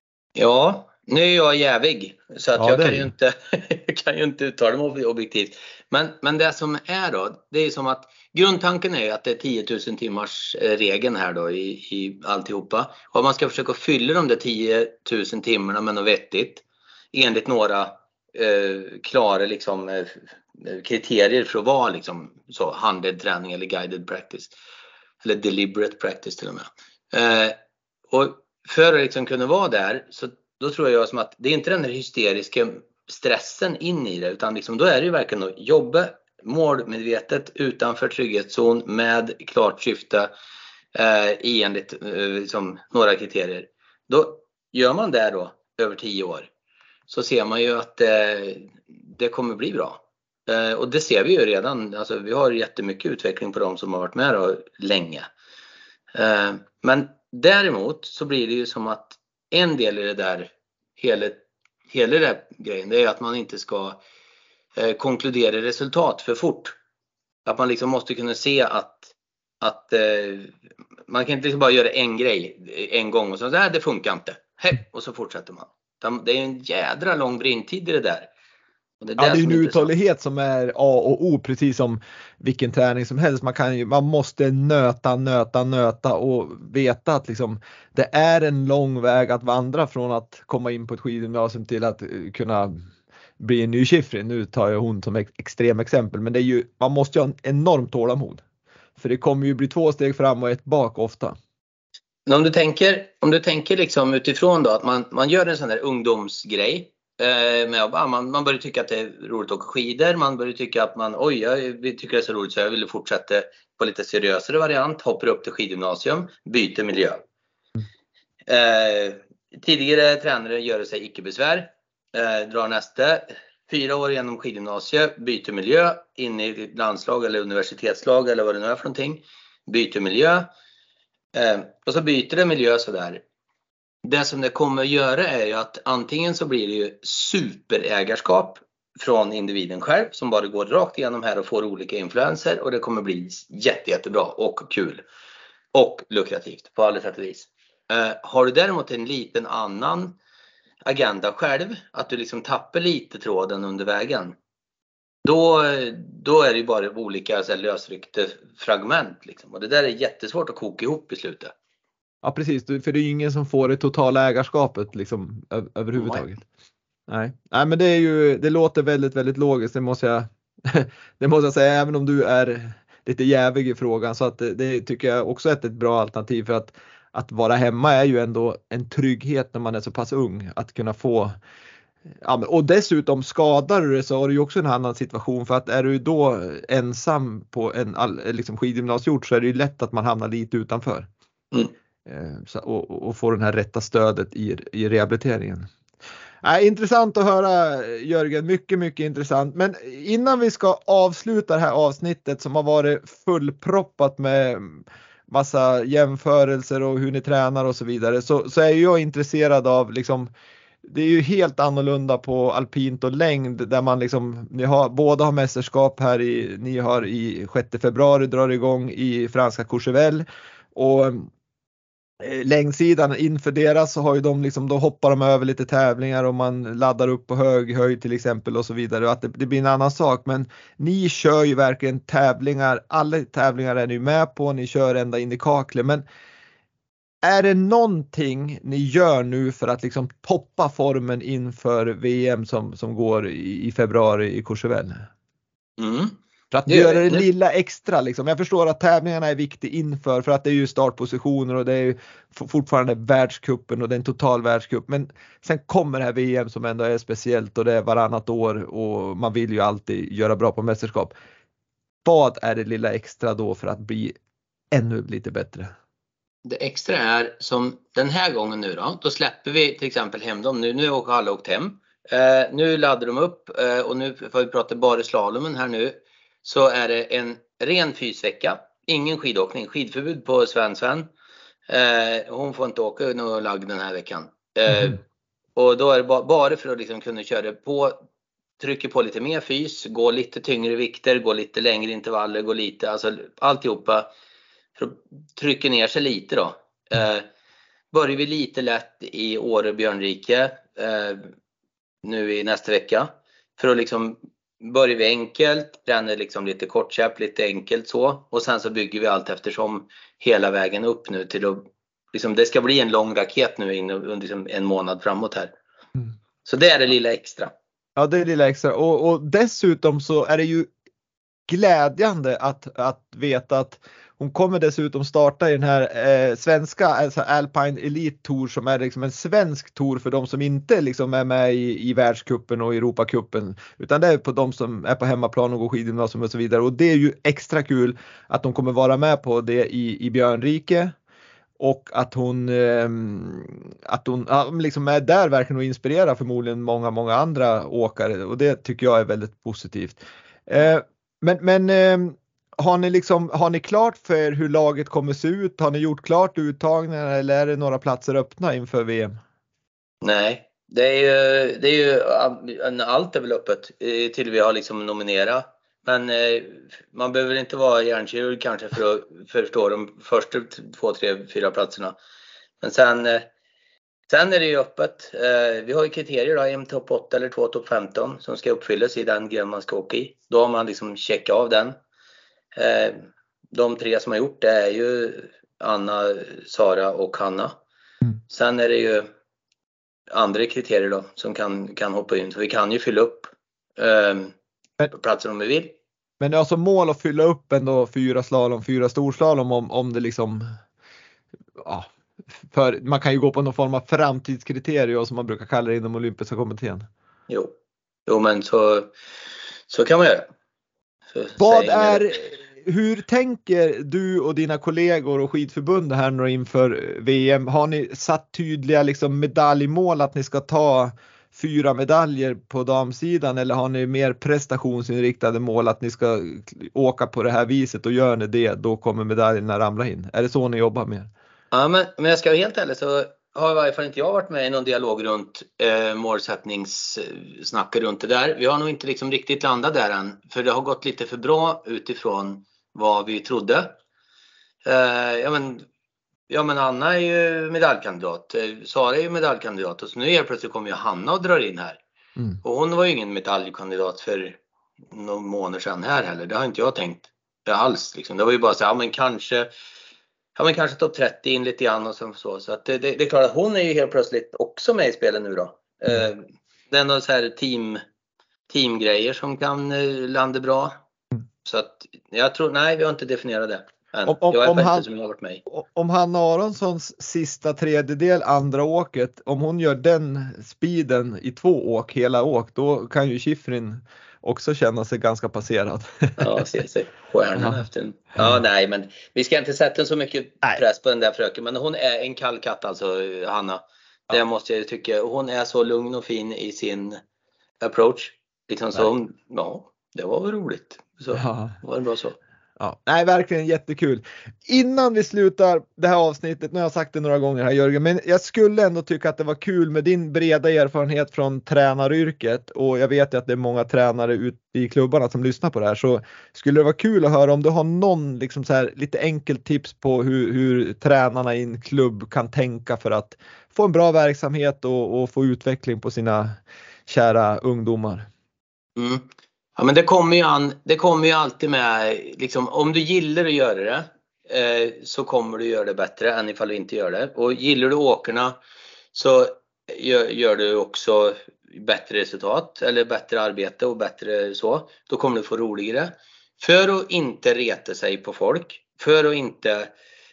Ja, nu är jag jävig så att ja, jag kan ju, inte, kan ju inte uttala mig objektivt. Men, men det som är då, det är som att grundtanken är att det är tio tusen timmars regeln här då i, i alltihopa. Och man ska försöka fylla de där tio tusen timmarna med något vettigt enligt några eh, klara liksom, eh, kriterier för att vara liksom, så handledd träning eller guided practice. Eller deliberate practice till och med. Eh, och för att liksom kunna vara där, så då tror jag som att det är inte den här hysteriska stressen in i det, utan liksom då är det ju verkligen att jobba målmedvetet utanför trygghetszon med klart syfte eh, enligt eh, liksom några kriterier. Då gör man det då över tio år, så ser man ju att eh, det kommer bli bra. Eh, och det ser vi ju redan. Alltså, vi har jättemycket utveckling på de som har varit med då länge. Eh, men däremot så blir det ju som att en del i det där hela, hela det där grejen, det är att man inte ska eh, konkludera resultat för fort. Att man liksom måste kunna se att, att eh, man kan inte liksom bara göra en grej en gång och så nej, det funkar inte. Hej, och så fortsätter man. Det är en jädra lång brintid i det där. Och det är, ja, det är en uthållighet som är A och O, precis som vilken träning som helst. Man, kan ju, man måste nöta, nöta, nöta och veta att liksom, det är en lång väg att vandra från att komma in på ett skidgymnasium till att kunna bli en ny Schifrin. Nu tar jag hon som ett extrem exempel, men det är ju, man måste ju ha en enormt tålamod. För det kommer ju bli två steg fram och ett bak ofta. om du tänker, om du tänker liksom utifrån då att man, man gör en sån där ungdomsgrej. Eh, med, man, man börjar tycka att det är roligt att åka skidor. Man börjar tycka att man, oj, jag tycker det är så roligt så jag vill fortsätta på lite seriösare variant. Hoppar upp till skidgymnasium, byter miljö. Eh, tidigare tränare gör sig icke besvär. Eh, drar nästa fyra år genom skidgymnasiet, byter miljö, in i landslag eller universitetslag eller vad det nu är för någonting. Byter miljö. Eh, och så byter det miljö sådär. Det som det kommer att göra är ju att antingen så blir det ju superägarskap från individen själv som bara går rakt igenom här och får olika influenser och det kommer bli jätte, jättebra och kul och lukrativt på alla sätt och vis. Eh, har du däremot en liten annan agenda själv, att du liksom tappar lite tråden under vägen, då, då är det ju bara olika så här, lösryckta fragment liksom. Och det där är jättesvårt att koka ihop i slutet. Ja, precis. För det är ju ingen som får det totala ägarskapet liksom ö- överhuvudtaget. Nej. Nej. Nej, men det är ju, det låter väldigt, väldigt logiskt. Det måste jag, det måste jag säga, även om du är lite jävig i frågan. Så att det, det tycker jag också är ett bra alternativ, för att att vara hemma är ju ändå en trygghet när man är så pass ung. Att kunna få, ja, och dessutom skadar du det så har du ju också en annan situation, för att är du då ensam på en liksom skidgymnasieort så är det ju lätt att man hamnar lite utanför. Mm. Så, och, och få den här rätta stödet i, i rehabiliteringen. Äh, intressant att höra, Jörgen, mycket mycket intressant. Men innan vi ska avsluta det här avsnittet som har varit fullproppat med massa jämförelser och hur ni tränar och så vidare, så, så är jag intresserad av liksom, det är ju helt annorlunda på alpint och längd där man liksom, ni har, båda har mästerskap här i, ni har i sjätte februari drar igång i franska Courchevel, och längdsidan inför deras så har ju de liksom, då hoppar de över lite tävlingar och man laddar upp på hög höjd till exempel och så vidare, och att det, det blir en annan sak. Men ni kör ju verkligen tävlingar, alla tävlingar är ni med på, ni kör ända in i kaklet. Men är det någonting ni gör nu för att liksom toppa formen inför V M som, som går i, i februari i Courchevel? Mm. För att göra det lilla extra liksom. Jag förstår att tävlingarna är viktiga inför, för att det är ju startpositioner och det är ju fortfarande världscupen och det är en total världscup. Men sen kommer det här V M som ändå är speciellt och det är varannat år och man vill ju alltid göra bra på mästerskap. Vad är det lilla extra då för att bli ännu lite bättre? Det extra är som den här gången nu då, då släpper vi till exempel hem dem. Nu, nu har alla åkt hem. Eh, nu laddar de upp eh, och nu får vi prata bara slalomen här nu. Så är det en ren fysvecka. Ingen skidåkning. Skidförbud på Sven Sven. Eh, hon får inte åka någon lagg den här veckan. Eh, mm. Och då är det ba- bara för att liksom kunna köra på. Trycka på lite mer fys. Gå lite tyngre vikter. Gå lite längre intervaller. Gå lite. Alltså alltihopa. För att trycka ner sig lite då. Eh, börjar vi lite lätt i Åre Björnrike. Eh, nu i nästa vecka. För att liksom. Börjar vi enkelt, bränner liksom lite kortkäpp, lite enkelt så. Och sen så bygger vi allt eftersom hela vägen upp nu till att liksom, det ska bli en lång raket nu in under liksom en månad framåt här. Mm. Så det är det lilla extra. Ja, det är det lilla extra. Och, och dessutom så är det ju glädjande att, att veta att hon kommer dessutom starta i den här eh, svenska alltså Alpine Elite Tour, som är liksom en svensk tour för de som inte liksom är med i, i världscupen och Europacupen, utan det är på de som är på hemmaplan och går skidgymnasium och så vidare. Och det är ju extra kul att de kommer vara med på det i, i Björnrike. Och att hon, eh, att hon ja, liksom är där verkligen och inspirerar förmodligen många, många andra åkare. Och det tycker jag är väldigt positivt. Eh, men men eh, har ni liksom, har ni klart för hur laget kommer se ut? Har ni gjort klart uttagningar eller är det några platser öppna inför V M? Nej, det är ju, det är ju allt är väl öppet till vi har liksom nominerat. Men eh, man behöver inte vara hjärnkirurg kanske för att förstå de första två, tre, fyra platserna. Men sen, eh, sen är det ju öppet. Eh, vi har ju kriterier då, en topp åtta eller två topp femton som ska uppfyllas i den gren man ska åka i. Då har man liksom checkat av den. Eh, de tre som har gjort det är ju Anna, Sara och Hanna. Mm. Sen är det ju andra kriterier då som kan, kan hoppa in. Så vi kan ju fylla upp eh, platser om vi vill. Men det är alltså mål att fylla upp ändå fyra slalom, fyra storslalom om, om det liksom, ja, för man kan ju gå på någon form av framtidskriterier som man brukar kalla det inom olympiska kommittén. Jo, jo men så, så kan man göra. Så, Vad är, hur tänker du och dina kollegor och skidförbund här nu inför V M? Har ni satt tydliga liksom medaljmål att ni ska ta fyra medaljer på damsidan, eller har ni mer prestationsinriktade mål att ni ska åka på det här viset, och gör ni det, då kommer medaljerna ramla in? Är det så ni jobbar med? Ja, men, men jag ska vara helt ärlig, så har i varje fall inte jag varit med i någon dialog runt eh, målsättningssnack runt det där. Vi har nog inte liksom riktigt landat där än, för det har gått lite för bra utifrån vad vi trodde. Eh, ja, men, ja men Anna är ju medaljkandidat, Sara är ju medaljkandidat, och så nu helt plötsligt kommer ju Hanna och drar in här. Mm. Och hon var ju ingen medaljkandidat för några månader sedan här heller, det har inte jag tänkt alls liksom. Det var ju bara så, ja men kanske Ja men kanske topp trettio in lite grann och så. Så att det, det, det är klart att hon är ju helt plötsligt också med i spelet nu då. Mm. Eh, det är några så här team, teamgrejer som kan eh, landa bra. Mm. Så att jag tror, nej vi har inte definierat det än. Om, om, jag är om, han, som jag har varit med i. Om Hanna Aronsons sista tredjedel andra åket, om hon gör den speeden i två åk, hela åk, då kan ju Schifrin också känna sig ganska passerad. Ja, se sig stjärnan ja. efter en... Ja, nej, men vi ska inte sätta så mycket nej. press på den där fröken. Men hon är en kall katt alltså, Hanna. Det ja. måste jag tycka. Hon är så lugn och fin i sin approach. Liksom så, hon, ja, det var väl roligt. Så ja. var det bra så. Ja, nej, verkligen jättekul. Innan vi slutar det här avsnittet, nu har jag sagt det några gånger här Jörgen, men jag skulle ändå tycka att det var kul med din breda erfarenhet från tränaryrket, och jag vet ju att det är många tränare ute i klubbarna som lyssnar på det här, så skulle det vara kul att höra om du har någon liksom så här, lite enkelt tips på hur, hur tränarna i en klubb kan tänka för att få en bra verksamhet och, och få utveckling på sina kära ungdomar. Mm. Ja men det kommer ju an, det kommer ju alltid med liksom, om du gillar att göra det eh, så kommer du göra det bättre än ifall du inte gör det. Och gillar du åkerna så gör, gör du också bättre resultat eller bättre arbete och bättre så. Då kommer du få roligare. För att inte reta sig på folk, för att inte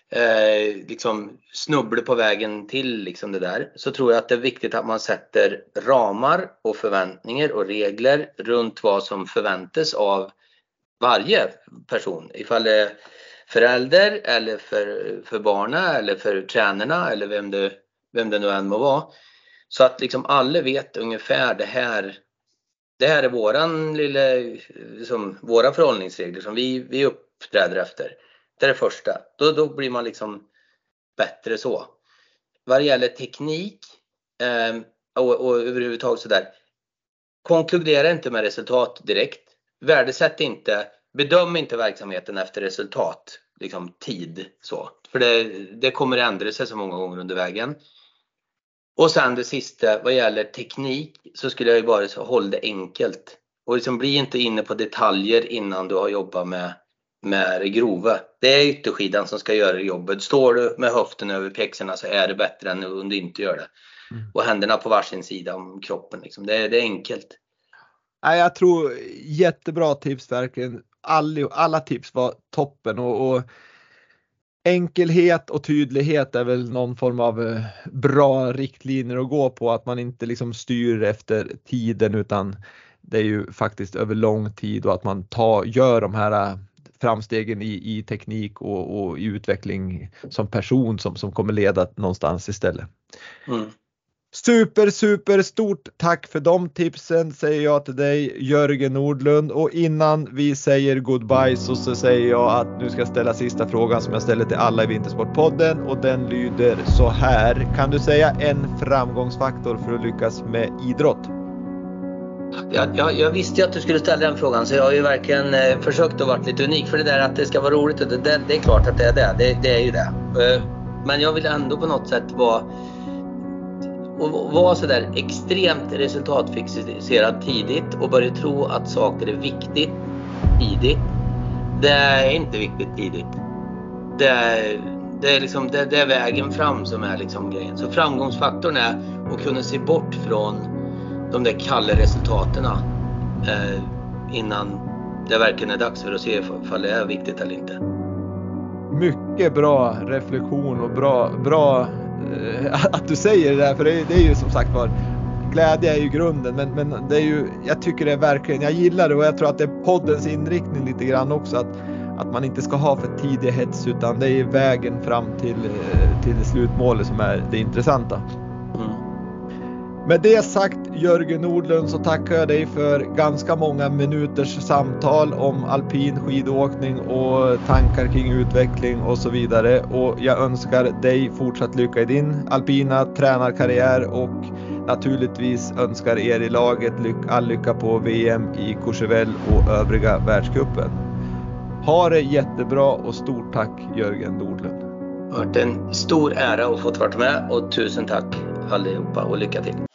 eh, liksom snubbla på vägen till liksom det där, så tror jag att det är viktigt att man sätter ramar och förväntningar och regler runt vad som förväntas av varje person, ifall det är förälder eller för, för barnen eller för tränarna eller vem det, vem det nu än må vara, så att liksom alla vet ungefär det här det här är våran lilla liksom, våra förhållningsregler som vi, vi uppträder efter. Det är det första. Då, då blir man liksom bättre så. Vad det gäller teknik eh, och, och överhuvudtaget sådär. Konkludera inte med resultat direkt. Värdesätt inte, bedöm inte verksamheten efter resultat. Liksom tid så. För det, det kommer ändra sig så många gånger under vägen. Och sen det sista, vad gäller teknik så skulle jag ju bara så, hålla det enkelt. Och liksom bli inte inne på detaljer innan du har jobbat med med det grova. Det är ytterskidan som ska göra jobbet. Står du med höften över pjäxorna så är det bättre än om du inte gör det. Mm. Och händerna på varsin sida om kroppen. Liksom. Det, är, det är enkelt. Nej, jag tror jättebra tips verkligen. Alla, alla tips var toppen. Och, och enkelhet och tydlighet är väl någon form av bra riktlinjer att gå på. Att man inte liksom styr efter tiden, utan det är ju faktiskt över lång tid, och att man tar, gör de här framstegen i, i teknik och, och i utveckling som person som, som kommer leda någonstans istället. Mm. Super, super stort tack för de tipsen säger jag till dig Jörgen Nordlund, och innan vi säger goodbye så, så säger jag att nu ska jag ställa sista frågan som jag ställer till alla i Vintersportpodden, och den lyder så här: kan du säga en framgångsfaktor för att lyckas med idrott? Jag, jag, jag visste ju att du skulle ställa den frågan, så jag har ju verkligen eh, försökt att vara lite unik för det där att det ska vara roligt, och det, det, det är klart att det är det, det, det är ju det. Eh, men jag vill ändå på något sätt vara och vara så där extremt resultatfixerad tidigt och börja tro att saker är viktigt tidigt. Det är inte viktigt tidigt. Det är, det är liksom det, det är vägen fram som är liksom grejen. Så framgångsfaktorn är att kunna se bort från de där kalla resultaten eh, innan det verkligen är dags för att se ifall det är viktigt eller inte. Mycket bra reflektion och bra, bra eh, att du säger det där, för det, det är ju som sagt var, glädje är ju grunden, men, men det är ju, jag tycker det är verkligen, jag gillar det, och jag tror att det är poddens inriktning lite grann också, att, att man inte ska ha för tidig hets, utan det är vägen fram till, till slutmålet som är det intressanta. Mm. Med det sagt, Jörgen Nordlund, så tackar jag dig för ganska många minuters samtal om alpin skidåkning och tankar kring utveckling och så vidare. Och jag önskar dig fortsatt lycka i din alpina tränarkarriär, och naturligtvis önskar er i laget all lycka på V M i Courchevel och övriga världscupen. Ha det jättebra och stort tack, Jörgen Nordlund. Det har varit en stor ära att få vara med, och tusen tack allihopa och lycka till.